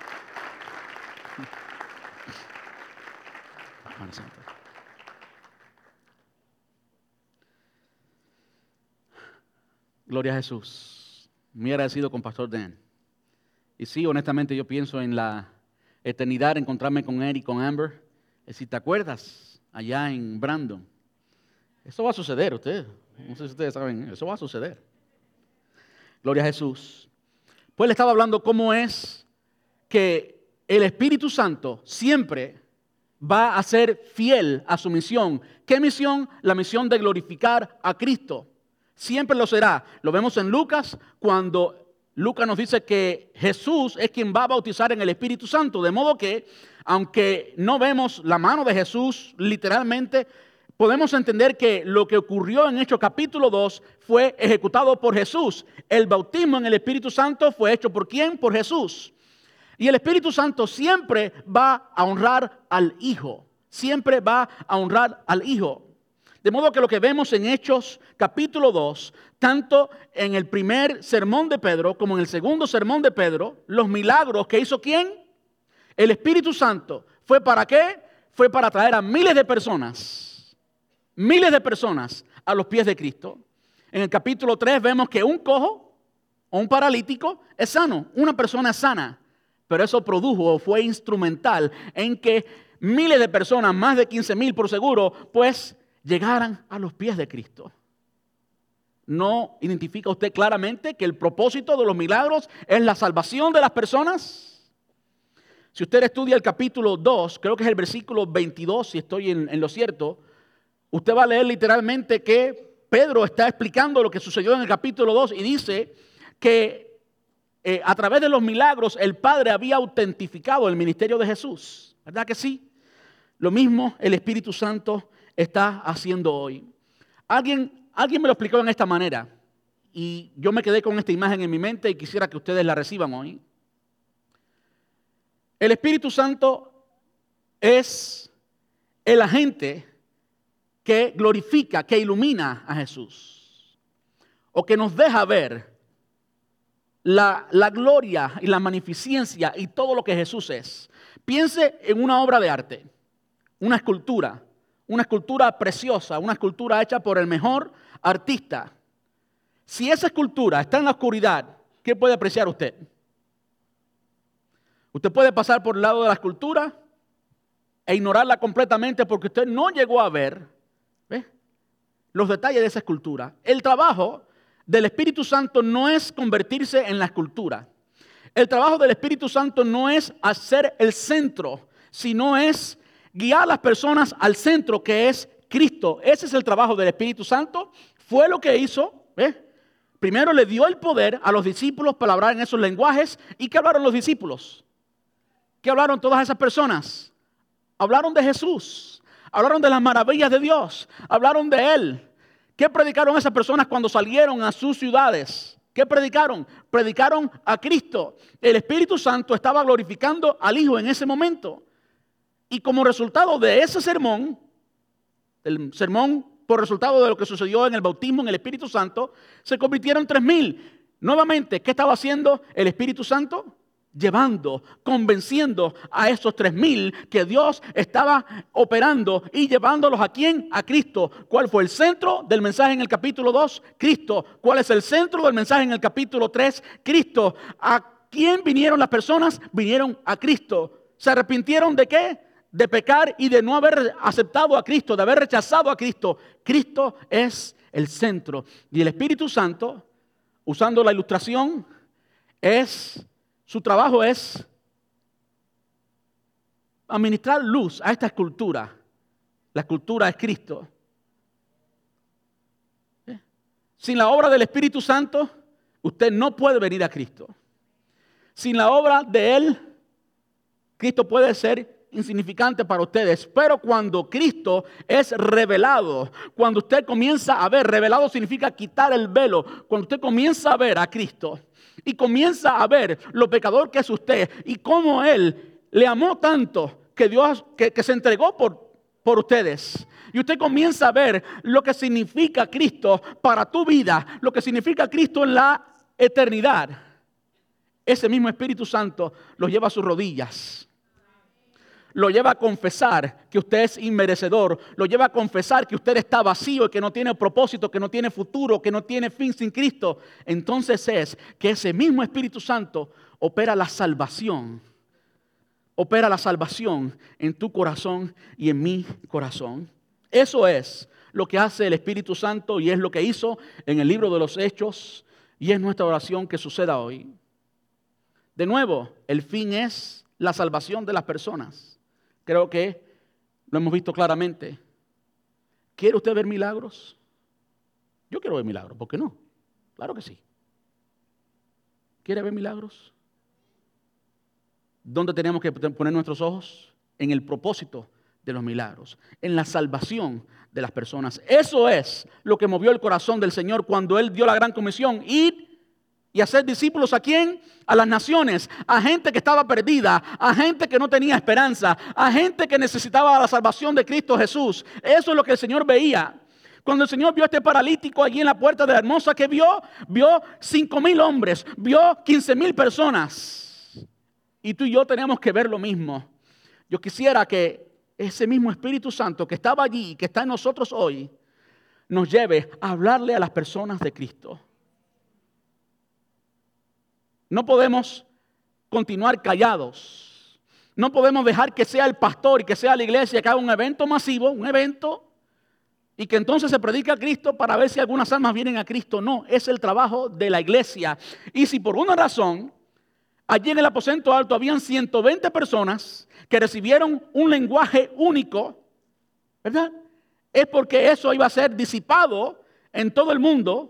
Gloria a Jesús. Muy agradecido con Pastor Dan. Y sí, honestamente yo pienso en la eternidad, encontrarme con él y con Amber. Y si te acuerdas, allá en Brandon. Eso va a suceder, ustedes. No sé si ustedes saben, eso va a suceder. Gloria a Jesús. Pues le estaba hablando cómo es que el Espíritu Santo siempre va a ser fiel a su misión. ¿Qué misión? La misión de glorificar a Cristo. Siempre lo será. Lo vemos en Lucas cuando Lucas nos dice que Jesús es quien va a bautizar en el Espíritu Santo. De modo que, aunque no vemos la mano de Jesús literalmente, podemos entender que lo que ocurrió en Hechos capítulo dos fue ejecutado por Jesús. El bautismo en el Espíritu Santo fue hecho ¿por quién? Por Jesús. Y el Espíritu Santo siempre va a honrar al Hijo. Siempre va a honrar al Hijo. De modo que lo que vemos en Hechos capítulo dos, tanto en el primer sermón de Pedro como en el segundo sermón de Pedro, los milagros que hizo ¿quién? El Espíritu Santo. ¿Fue para qué? Fue para traer a miles de personas, miles de personas a los pies de Cristo. En el capítulo tres vemos que un cojo o un paralítico es sano, una persona es sana. Pero eso produjo o fue instrumental en que miles de personas, más de quince mil por seguro, pues llegaran a los pies de Cristo. ¿No identifica usted claramente que el propósito de los milagros es la salvación de las personas? Si usted estudia el capítulo dos, creo que es el versículo veintidós, si estoy en, en lo cierto, usted va a leer literalmente que Pedro está explicando lo que sucedió en el capítulo dos y dice que eh, a través de los milagros el Padre había autentificado el ministerio de Jesús. ¿Verdad que sí? Lo mismo el Espíritu Santo está haciendo hoy. Alguien, alguien me lo explicó en esta manera y yo me quedé con esta imagen en mi mente y quisiera que ustedes la reciban hoy. El Espíritu Santo es el agente que glorifica, que ilumina a Jesús o que nos deja ver la, la gloria y la magnificencia y todo lo que Jesús es. Piense en una obra de arte. una escultura, una escultura preciosa, una escultura hecha por el mejor artista. Si esa escultura está en la oscuridad, ¿qué puede apreciar usted? Usted puede pasar por el lado de la escultura e ignorarla completamente porque usted no llegó a ver, ¿ve?, los detalles de esa escultura. El trabajo del Espíritu Santo no es convertirse en la escultura. El trabajo del Espíritu Santo no es hacer el centro, sino es guiar a las personas al centro, que es Cristo. Ese es el trabajo del Espíritu Santo. Fue lo que hizo, ¿ve? Primero le dio el poder a los discípulos para hablar en esos lenguajes. ¿Y qué hablaron los discípulos? ¿Qué hablaron todas esas personas? Hablaron de Jesús, hablaron de las maravillas de Dios, hablaron de Él. ¿Qué predicaron esas personas cuando salieron a sus ciudades? ¿Qué predicaron? Predicaron a Cristo. El Espíritu Santo estaba glorificando al Hijo en ese momento. Y como resultado de ese sermón, el sermón por resultado de lo que sucedió en el bautismo en el Espíritu Santo, se convirtieron tres mil. Nuevamente, ¿qué estaba haciendo el Espíritu Santo? Llevando, convenciendo a esos tres mil que Dios estaba operando y llevándolos ¿a quién? A Cristo. ¿Cuál fue el centro del mensaje en el capítulo dos? Cristo. ¿Cuál es el centro del mensaje en el capítulo tres? Cristo. ¿A quién vinieron las personas? Vinieron a Cristo. ¿Se arrepintieron de qué? De pecar y de no haber aceptado a Cristo, de haber rechazado a Cristo. Cristo es el centro. Y el Espíritu Santo, usando la ilustración, es... su trabajo es administrar luz a esta escultura. La escultura es Cristo. ¿Eh? Sin la obra del Espíritu Santo, usted no puede venir a Cristo. Sin la obra de Él, Cristo puede ser insignificante para ustedes. Pero cuando Cristo es revelado, cuando usted comienza a ver, revelado significa quitar el velo. Cuando usted comienza a ver a Cristo, y comienza a ver lo pecador que es usted y cómo Él le amó tanto que Dios que, que se entregó por, por ustedes. Y usted comienza a ver lo que significa Cristo para tu vida, lo que significa Cristo en la eternidad. Ese mismo Espíritu Santo los lleva a sus rodillas. Lo lleva a confesar que usted es inmerecedor. Lo lleva a confesar que usted está vacío y que no tiene propósito, que no tiene futuro, que no tiene fin sin Cristo. Entonces es que ese mismo Espíritu Santo opera la salvación. Opera la salvación en tu corazón y en mi corazón. Eso es lo que hace el Espíritu Santo y es lo que hizo en el libro de los Hechos y es nuestra oración que suceda hoy. De nuevo, el fin es la salvación de las personas. Creo que lo hemos visto claramente. ¿Quiere usted ver milagros? Yo quiero ver milagros, ¿por qué no? Claro que sí. ¿Quiere ver milagros? ¿Dónde tenemos que poner nuestros ojos? En el propósito de los milagros, en la salvación de las personas. Eso es lo que movió el corazón del Señor cuando Él dio la gran comisión. Ir y hacer discípulos ¿a quién? A las naciones, a gente que estaba perdida, a gente que no tenía esperanza, a gente que necesitaba la salvación de Cristo Jesús. Eso es lo que el Señor veía. Cuando el Señor vio a este paralítico allí en la puerta de la hermosa, ¿qué vio? Vio cinco mil hombres, vio quince mil personas. Y tú y yo tenemos que ver lo mismo. Yo quisiera que ese mismo Espíritu Santo que estaba allí y que está en nosotros hoy, nos lleve a hablarle a las personas de Cristo. No podemos continuar callados. No podemos dejar que sea el pastor y que sea la iglesia que haga un evento masivo, un evento, y que entonces se predique a Cristo para ver si algunas almas vienen a Cristo. No, es el trabajo de la iglesia. Y si por una razón, allí en el aposento alto habían ciento veinte personas que recibieron un lenguaje único, ¿verdad? Es porque eso iba a ser disipado en todo el mundo,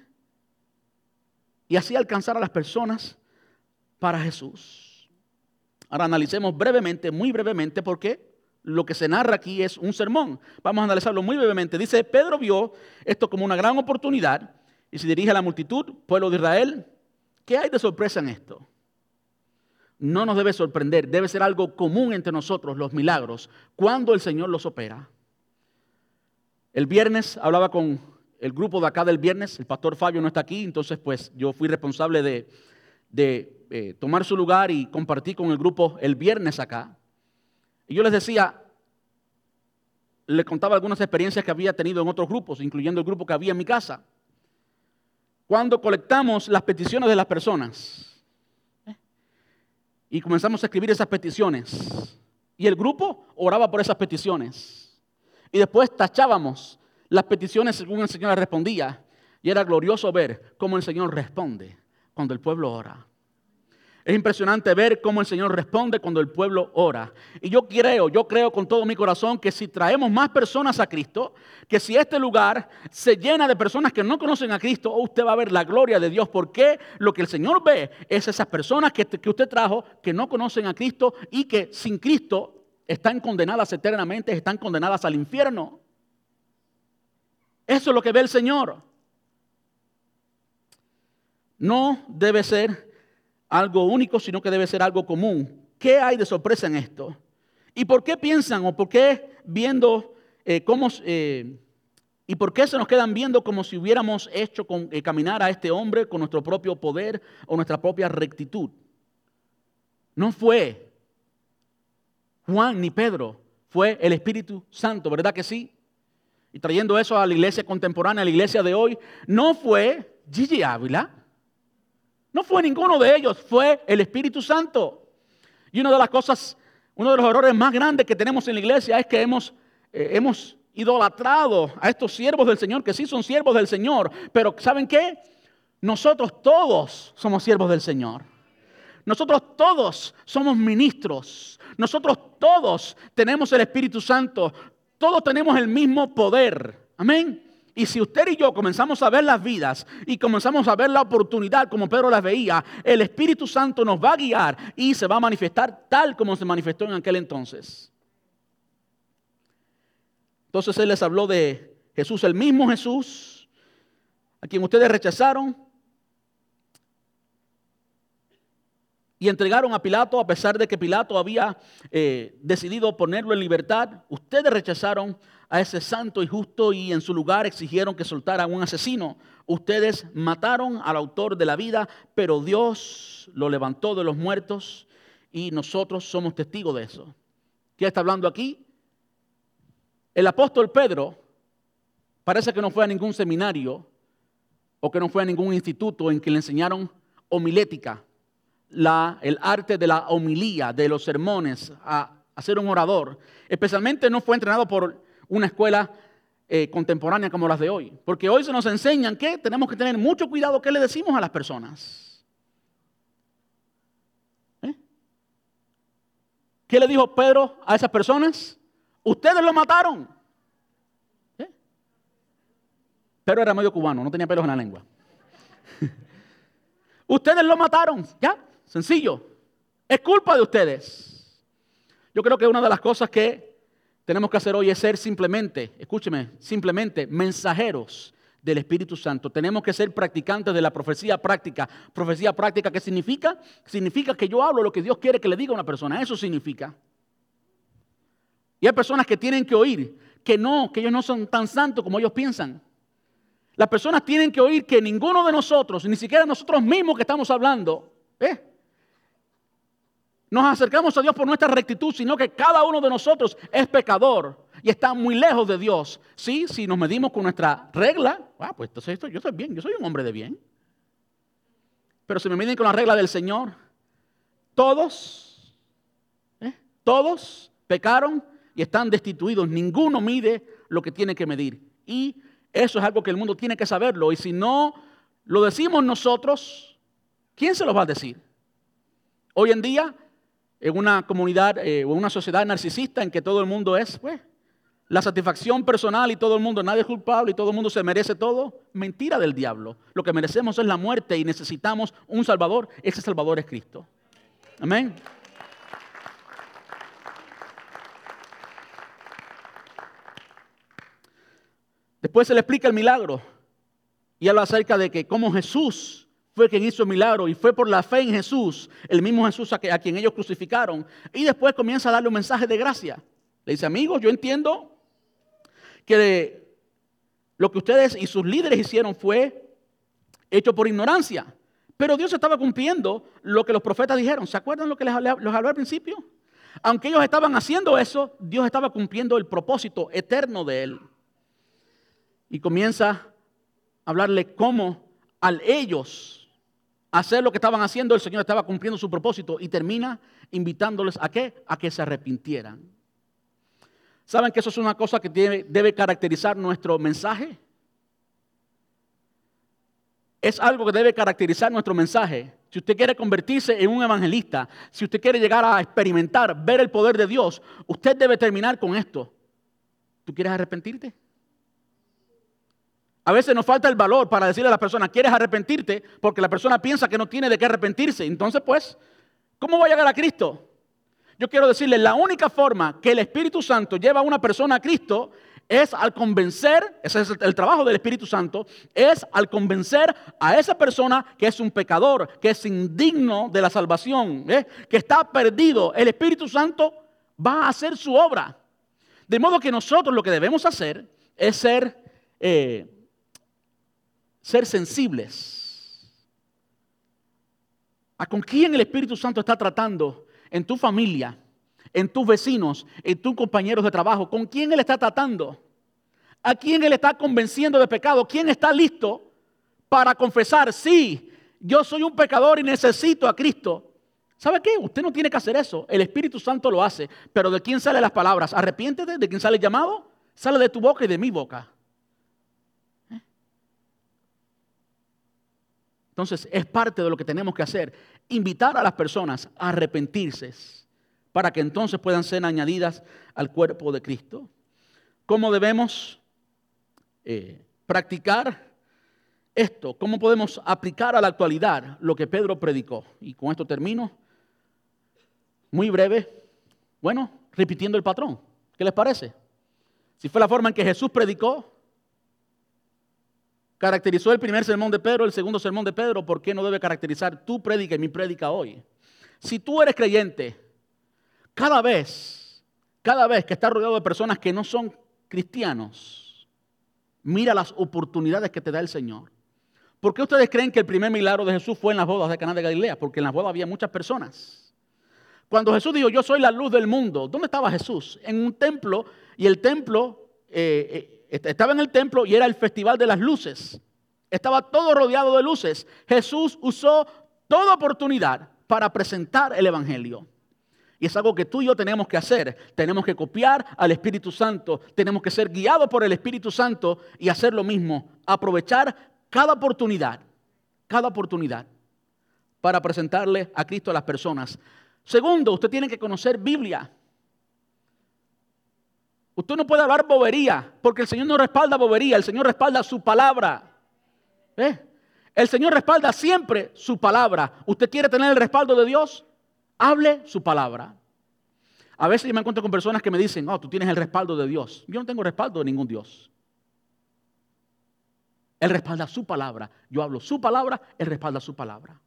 y así alcanzar a las personas para Jesús. Ahora analicemos brevemente, muy brevemente, porque lo que se narra aquí es un sermón. Vamos a analizarlo muy brevemente. Dice, Pedro vio esto como una gran oportunidad y se dirige a la multitud, pueblo de Israel. ¿Qué hay de sorpresa en esto? No nos debe sorprender, debe ser algo común entre nosotros, los milagros, cuando el Señor los opera. El viernes hablaba con el grupo de acá del viernes, el pastor Fabio no está aquí, entonces pues yo fui responsable de, de eh, tomar su lugar y compartir con el grupo el viernes acá. Y yo les decía, le contaba algunas experiencias que había tenido en otros grupos, incluyendo el grupo que había en mi casa. Cuando colectamos las peticiones de las personas ¿eh? y comenzamos a escribir esas peticiones, y el grupo oraba por esas peticiones, y después tachábamos las peticiones según el Señor las respondía, y era glorioso ver cómo el Señor responde cuando el pueblo ora. Es impresionante ver cómo el Señor responde cuando el pueblo ora. Y yo creo, yo creo con todo mi corazón que si traemos más personas a Cristo, que si este lugar se llena de personas que no conocen a Cristo, usted va a ver la gloria de Dios. Porque lo que el Señor ve es esas personas que, que usted trajo que no conocen a Cristo y que sin Cristo están condenadas eternamente, están condenadas al infierno. Eso es lo que ve el Señor. No debe ser algo único, sino que debe ser algo común. ¿Qué hay de sorpresa en esto? ¿Y por qué piensan o por qué viendo eh, cómo eh, y por qué se nos quedan viendo como si hubiéramos hecho con, eh, caminar a este hombre con nuestro propio poder o nuestra propia rectitud? No fue Juan ni Pedro, fue el Espíritu Santo, ¿verdad que sí? Y trayendo eso a la iglesia contemporánea, a la iglesia de hoy, no fue Gigi Ávila. No fue ninguno de ellos, fue el Espíritu Santo. Y una de las cosas, uno de los errores más grandes que tenemos en la iglesia es que hemos, eh, hemos idolatrado a estos siervos del Señor, que sí son siervos del Señor, pero ¿saben qué? Nosotros todos somos siervos del Señor. Nosotros todos somos ministros. Nosotros todos tenemos el Espíritu Santo. Todos tenemos el mismo poder. Amén. Y si usted y yo comenzamos a ver las vidas y comenzamos a ver la oportunidad como Pedro las veía, el Espíritu Santo nos va a guiar y se va a manifestar tal como se manifestó en aquel entonces. Entonces Él les habló de Jesús, el mismo Jesús, a quien ustedes rechazaron y entregaron a Pilato, a pesar de que Pilato había eh, decidido ponerlo en libertad. Ustedes rechazaron a ese santo y justo y en su lugar exigieron que soltara a un asesino. Ustedes mataron al autor de la vida, pero Dios lo levantó de los muertos y nosotros somos testigos de eso. ¿Qué está hablando aquí? El apóstol Pedro parece que no fue a ningún seminario o que no fue a ningún instituto en que le enseñaron homilética, la, el arte de la homilía, de los sermones, a, a ser un orador. Especialmente no fue entrenado por una escuela eh, contemporánea como las de hoy. Porque hoy se nos enseñan que tenemos que tener mucho cuidado qué le decimos a las personas. ¿Eh? ¿Qué le dijo Pedro a esas personas? Ustedes lo mataron. ¿Eh? Pedro era medio cubano, no tenía pelos en la lengua. Ustedes lo mataron. Ya, sencillo. Es culpa de ustedes. Yo creo que una de las cosas que tenemos que hacer hoy es ser simplemente, escúcheme, simplemente mensajeros del Espíritu Santo. Tenemos que ser practicantes de la profecía práctica. ¿Profecía práctica qué significa? Significa que yo hablo lo que Dios quiere que le diga a una persona. Eso significa. Y hay personas que tienen que oír que no, que ellos no son tan santos como ellos piensan. Las personas tienen que oír que ninguno de nosotros, ni siquiera nosotros mismos que estamos hablando, ¿eh? nos acercamos a Dios por nuestra rectitud, sino que cada uno de nosotros es pecador y está muy lejos de Dios. Sí, si nos medimos con nuestra regla, ah, pues entonces esto, yo soy bien, yo soy un hombre de bien. Pero si me miden con la regla del Señor, todos, ¿eh? todos pecaron y están destituidos. Ninguno mide lo que tiene que medir. Y eso es algo que el mundo tiene que saberlo. Y si no lo decimos nosotros, ¿quién se lo va a decir? Hoy en día, en una comunidad eh, o una sociedad narcisista en que todo el mundo es, pues, la satisfacción personal y todo el mundo, nadie es culpable y todo el mundo se merece todo, mentira del diablo. Lo que merecemos es la muerte y necesitamos un Salvador. Ese Salvador es Cristo. Amén. Después se le explica el milagro y habla acerca de que cómo Jesús fue quien hizo el milagro y fue por la fe en Jesús, el mismo Jesús a, que, a quien ellos crucificaron. Y después comienza a darle un mensaje de gracia. Le dice, amigos, yo entiendo que lo que ustedes y sus líderes hicieron fue hecho por ignorancia. Pero Dios estaba cumpliendo lo que los profetas dijeron. ¿Se acuerdan lo que les hablé, les hablé al principio? Aunque ellos estaban haciendo eso, Dios estaba cumpliendo el propósito eterno de él. Y comienza a hablarle cómo al ellos hacer lo que estaban haciendo, el Señor estaba cumpliendo su propósito y termina invitándoles a qué, a que se arrepintieran. ¿Saben que eso es una cosa que debe, debe caracterizar nuestro mensaje? Es algo que debe caracterizar nuestro mensaje. Si usted quiere convertirse en un evangelista, si usted quiere llegar a experimentar, ver el poder de Dios, usted debe terminar con esto. ¿Tú quieres arrepentirte? A veces nos falta el valor para decirle a la persona, ¿quieres arrepentirte? Porque la persona piensa que no tiene de qué arrepentirse. Entonces, pues, ¿cómo va a llegar a Cristo? Yo quiero decirle, la única forma que el Espíritu Santo lleva a una persona a Cristo es al convencer, ese es el trabajo del Espíritu Santo, es al convencer a esa persona que es un pecador, que es indigno de la salvación, ¿eh? que está perdido. El Espíritu Santo va a hacer su obra. De modo que nosotros lo que debemos hacer es ser, eh, ser sensibles a con quién el Espíritu Santo está tratando en tu familia, en tus vecinos, en tus compañeros de trabajo. ¿Con quién Él está tratando? ¿A quién Él está convenciendo de pecado? ¿Quién está listo para confesar? Sí, yo soy un pecador y necesito a Cristo. ¿Sabe qué? Usted no tiene que hacer eso. El Espíritu Santo lo hace. Pero ¿de quién salen las palabras? Arrepiéntete. ¿De quién sale el llamado? Sale de tu boca y de mi boca. ¿Eh? Entonces es parte de lo que tenemos que hacer. Invitar a las personas a arrepentirse, para que entonces puedan ser añadidas al cuerpo de Cristo. ¿Cómo debemos eh, practicar esto? ¿Cómo podemos aplicar a la actualidad lo que Pedro predicó? Y con esto termino. Muy breve. Bueno, repitiendo el patrón. ¿Qué les parece? Si fue la forma en que Jesús predicó, caracterizó el primer sermón de Pedro, el segundo sermón de Pedro, ¿por qué no debe caracterizar tu prédica y mi prédica hoy? Si tú eres creyente, cada vez, cada vez que estás rodeado de personas que no son cristianos, mira las oportunidades que te da el Señor. ¿Por qué ustedes creen que el primer milagro de Jesús fue en las bodas de Caná de Galilea? Porque en las bodas había muchas personas. Cuando Jesús dijo, yo soy la luz del mundo, ¿dónde estaba Jesús? En un templo, y el templo... Eh, eh, Estaba en el templo y era el festival de las luces. Estaba todo rodeado de luces. Jesús usó toda oportunidad para presentar el evangelio. Y es algo que tú y yo tenemos que hacer. Tenemos que copiar al Espíritu Santo. Tenemos que ser guiados por el Espíritu Santo y hacer lo mismo. Aprovechar cada oportunidad, cada oportunidad para presentarle a Cristo a las personas. Segundo, usted tiene que conocer Biblia. Usted no puede hablar bobería, porque el Señor no respalda bobería, el Señor respalda su palabra. ¿Eh? El Señor respalda siempre su palabra. ¿Usted quiere tener el respaldo de Dios? Hable su palabra. A veces yo me encuentro con personas que me dicen, oh, tú tienes el respaldo de Dios. Yo no tengo respaldo de ningún Dios. Él respalda su palabra. Yo hablo su palabra, Él respalda su palabra.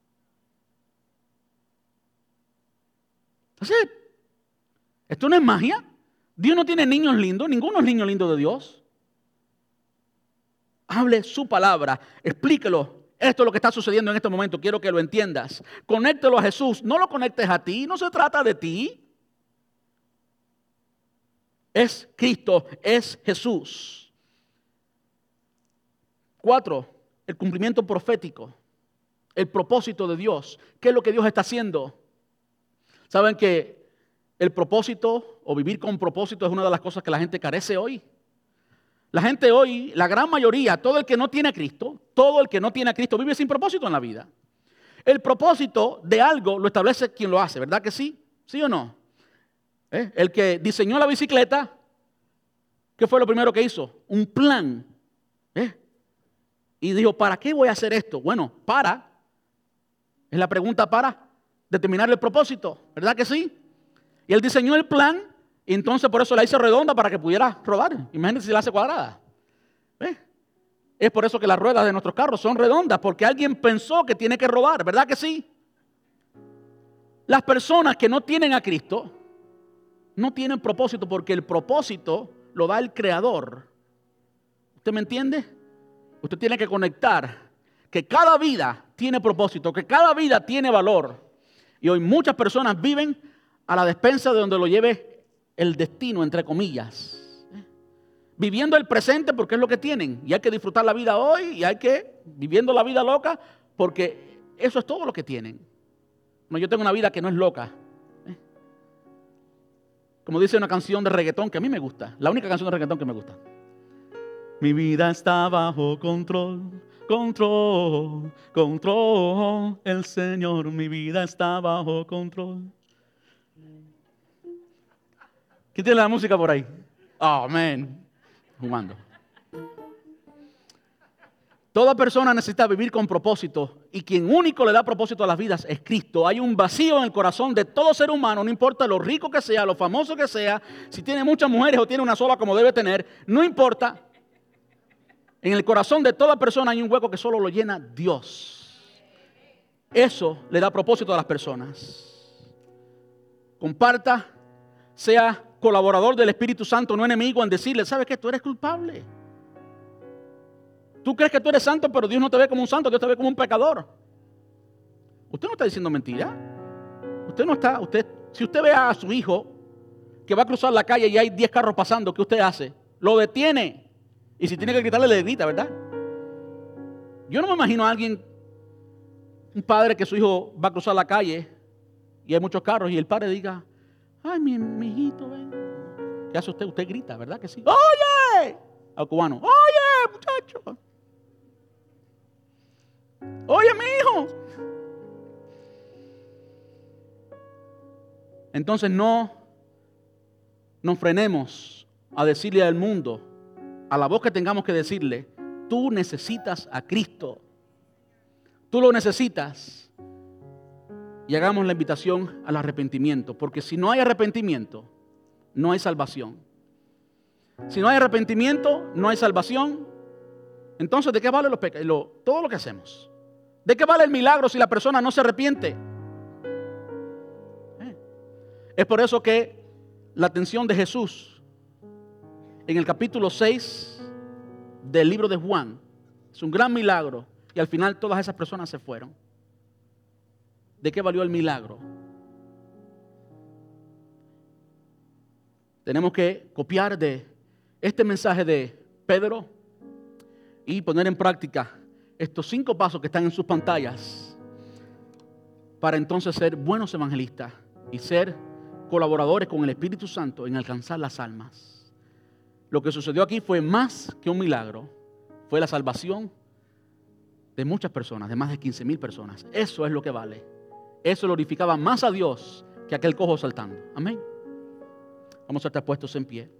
Entonces, esto no es magia. Dios no tiene niños lindos, ninguno es niño lindo de Dios. Hable su palabra, explíquelo. Esto es lo que está sucediendo en este momento, quiero que lo entiendas. Conéctelo a Jesús, no lo conectes a ti, no se trata de ti. Es Cristo, es Jesús. Cuatro, el cumplimiento profético, el propósito de Dios. ¿Qué es lo que Dios está haciendo? ¿Saben que el propósito o vivir con propósito es una de las cosas que la gente carece hoy? La gente hoy, la gran mayoría, todo el que no tiene a Cristo, todo el que no tiene a Cristo vive sin propósito en la vida. El propósito de algo lo establece quien lo hace, ¿verdad que sí? ¿Sí o no? ¿Eh? El que diseñó la bicicleta, ¿qué fue lo primero que hizo? Un plan. ¿Eh? Y dijo, ¿para qué voy a hacer esto? Bueno, para. Es la pregunta para determinar el propósito, ¿verdad que sí? Y él diseñó el plan y entonces por eso la hizo redonda para que pudiera rodar. Imagínense si la hace cuadrada. ¿Ves? Es por eso que las ruedas de nuestros carros son redondas, porque alguien pensó que tiene que rodar, ¿verdad que sí? Las personas que no tienen a Cristo no tienen propósito, porque el propósito lo da el Creador. ¿Usted me entiende? Usted tiene que conectar que cada vida tiene propósito, que cada vida tiene valor. Y hoy muchas personas viven a la despensa de donde lo lleve el destino, entre comillas. ¿Eh? Viviendo el presente porque es lo que tienen. Y hay que disfrutar la vida hoy y hay que, viviendo la vida loca, porque eso es todo lo que tienen. No, yo tengo una vida que no es loca. ¿Eh? Como dice una canción de reggaetón que a mí me gusta. La única canción de reggaetón que me gusta. Mi vida está bajo control, control, control. El Señor, mi vida está bajo control. ¿Quién tiene la música por ahí? Amén. Jugando. Toda persona necesita vivir con propósito y quien único le da propósito a las vidas es Cristo. Hay un vacío en el corazón de todo ser humano, no importa lo rico que sea, lo famoso que sea, si tiene muchas mujeres o tiene una sola como debe tener, no importa. En el corazón de toda persona hay un hueco que solo lo llena Dios. Eso le da propósito a las personas. Comparta, sea colaborador del Espíritu Santo, no enemigo, en decirle, ¿sabes qué? Tú eres culpable. Tú crees que tú eres santo, pero Dios no te ve como un santo, Dios te ve como un pecador. Usted no está diciendo mentira. Usted no está, usted, si usted ve a su hijo que va a cruzar la calle y hay diez carros pasando, ¿qué usted hace? Lo detiene. Y si tiene que gritarle, le grita, ¿verdad? Yo no me imagino a alguien, un padre que su hijo va a cruzar la calle y hay muchos carros y el padre diga, ay, mi, mi hijito, ven. ¿Qué hace usted? Usted grita, ¿verdad que sí? ¡Oye! Al cubano, ¡oye, muchacho! ¡Oye, mi hijo! Entonces no nos frenemos a decirle al mundo, a la voz que tengamos que decirle, tú necesitas a Cristo. Tú lo necesitas. Y hagamos la invitación al arrepentimiento. Porque si no hay arrepentimiento, no hay salvación. Si no hay arrepentimiento, no hay salvación. Entonces, ¿de qué vale los peca- lo, todo lo que hacemos? ¿De qué vale el milagro si la persona no se arrepiente? Eh. Es por eso que la atención de Jesús en el capítulo seis del libro de Juan es un gran milagro y al final todas esas personas se fueron. ¿De qué valió el milagro? Tenemos que copiar de este mensaje de Pedro y poner en práctica estos cinco pasos que están en sus pantallas para entonces ser buenos evangelistas y ser colaboradores con el Espíritu Santo en alcanzar las almas. Lo que sucedió aquí fue más que un milagro, fue la salvación de muchas personas, de más de quince mil personas. Eso es lo que vale. Eso glorificaba más a Dios que aquel cojo saltando. Amén. Vamos a estar puestos en pie.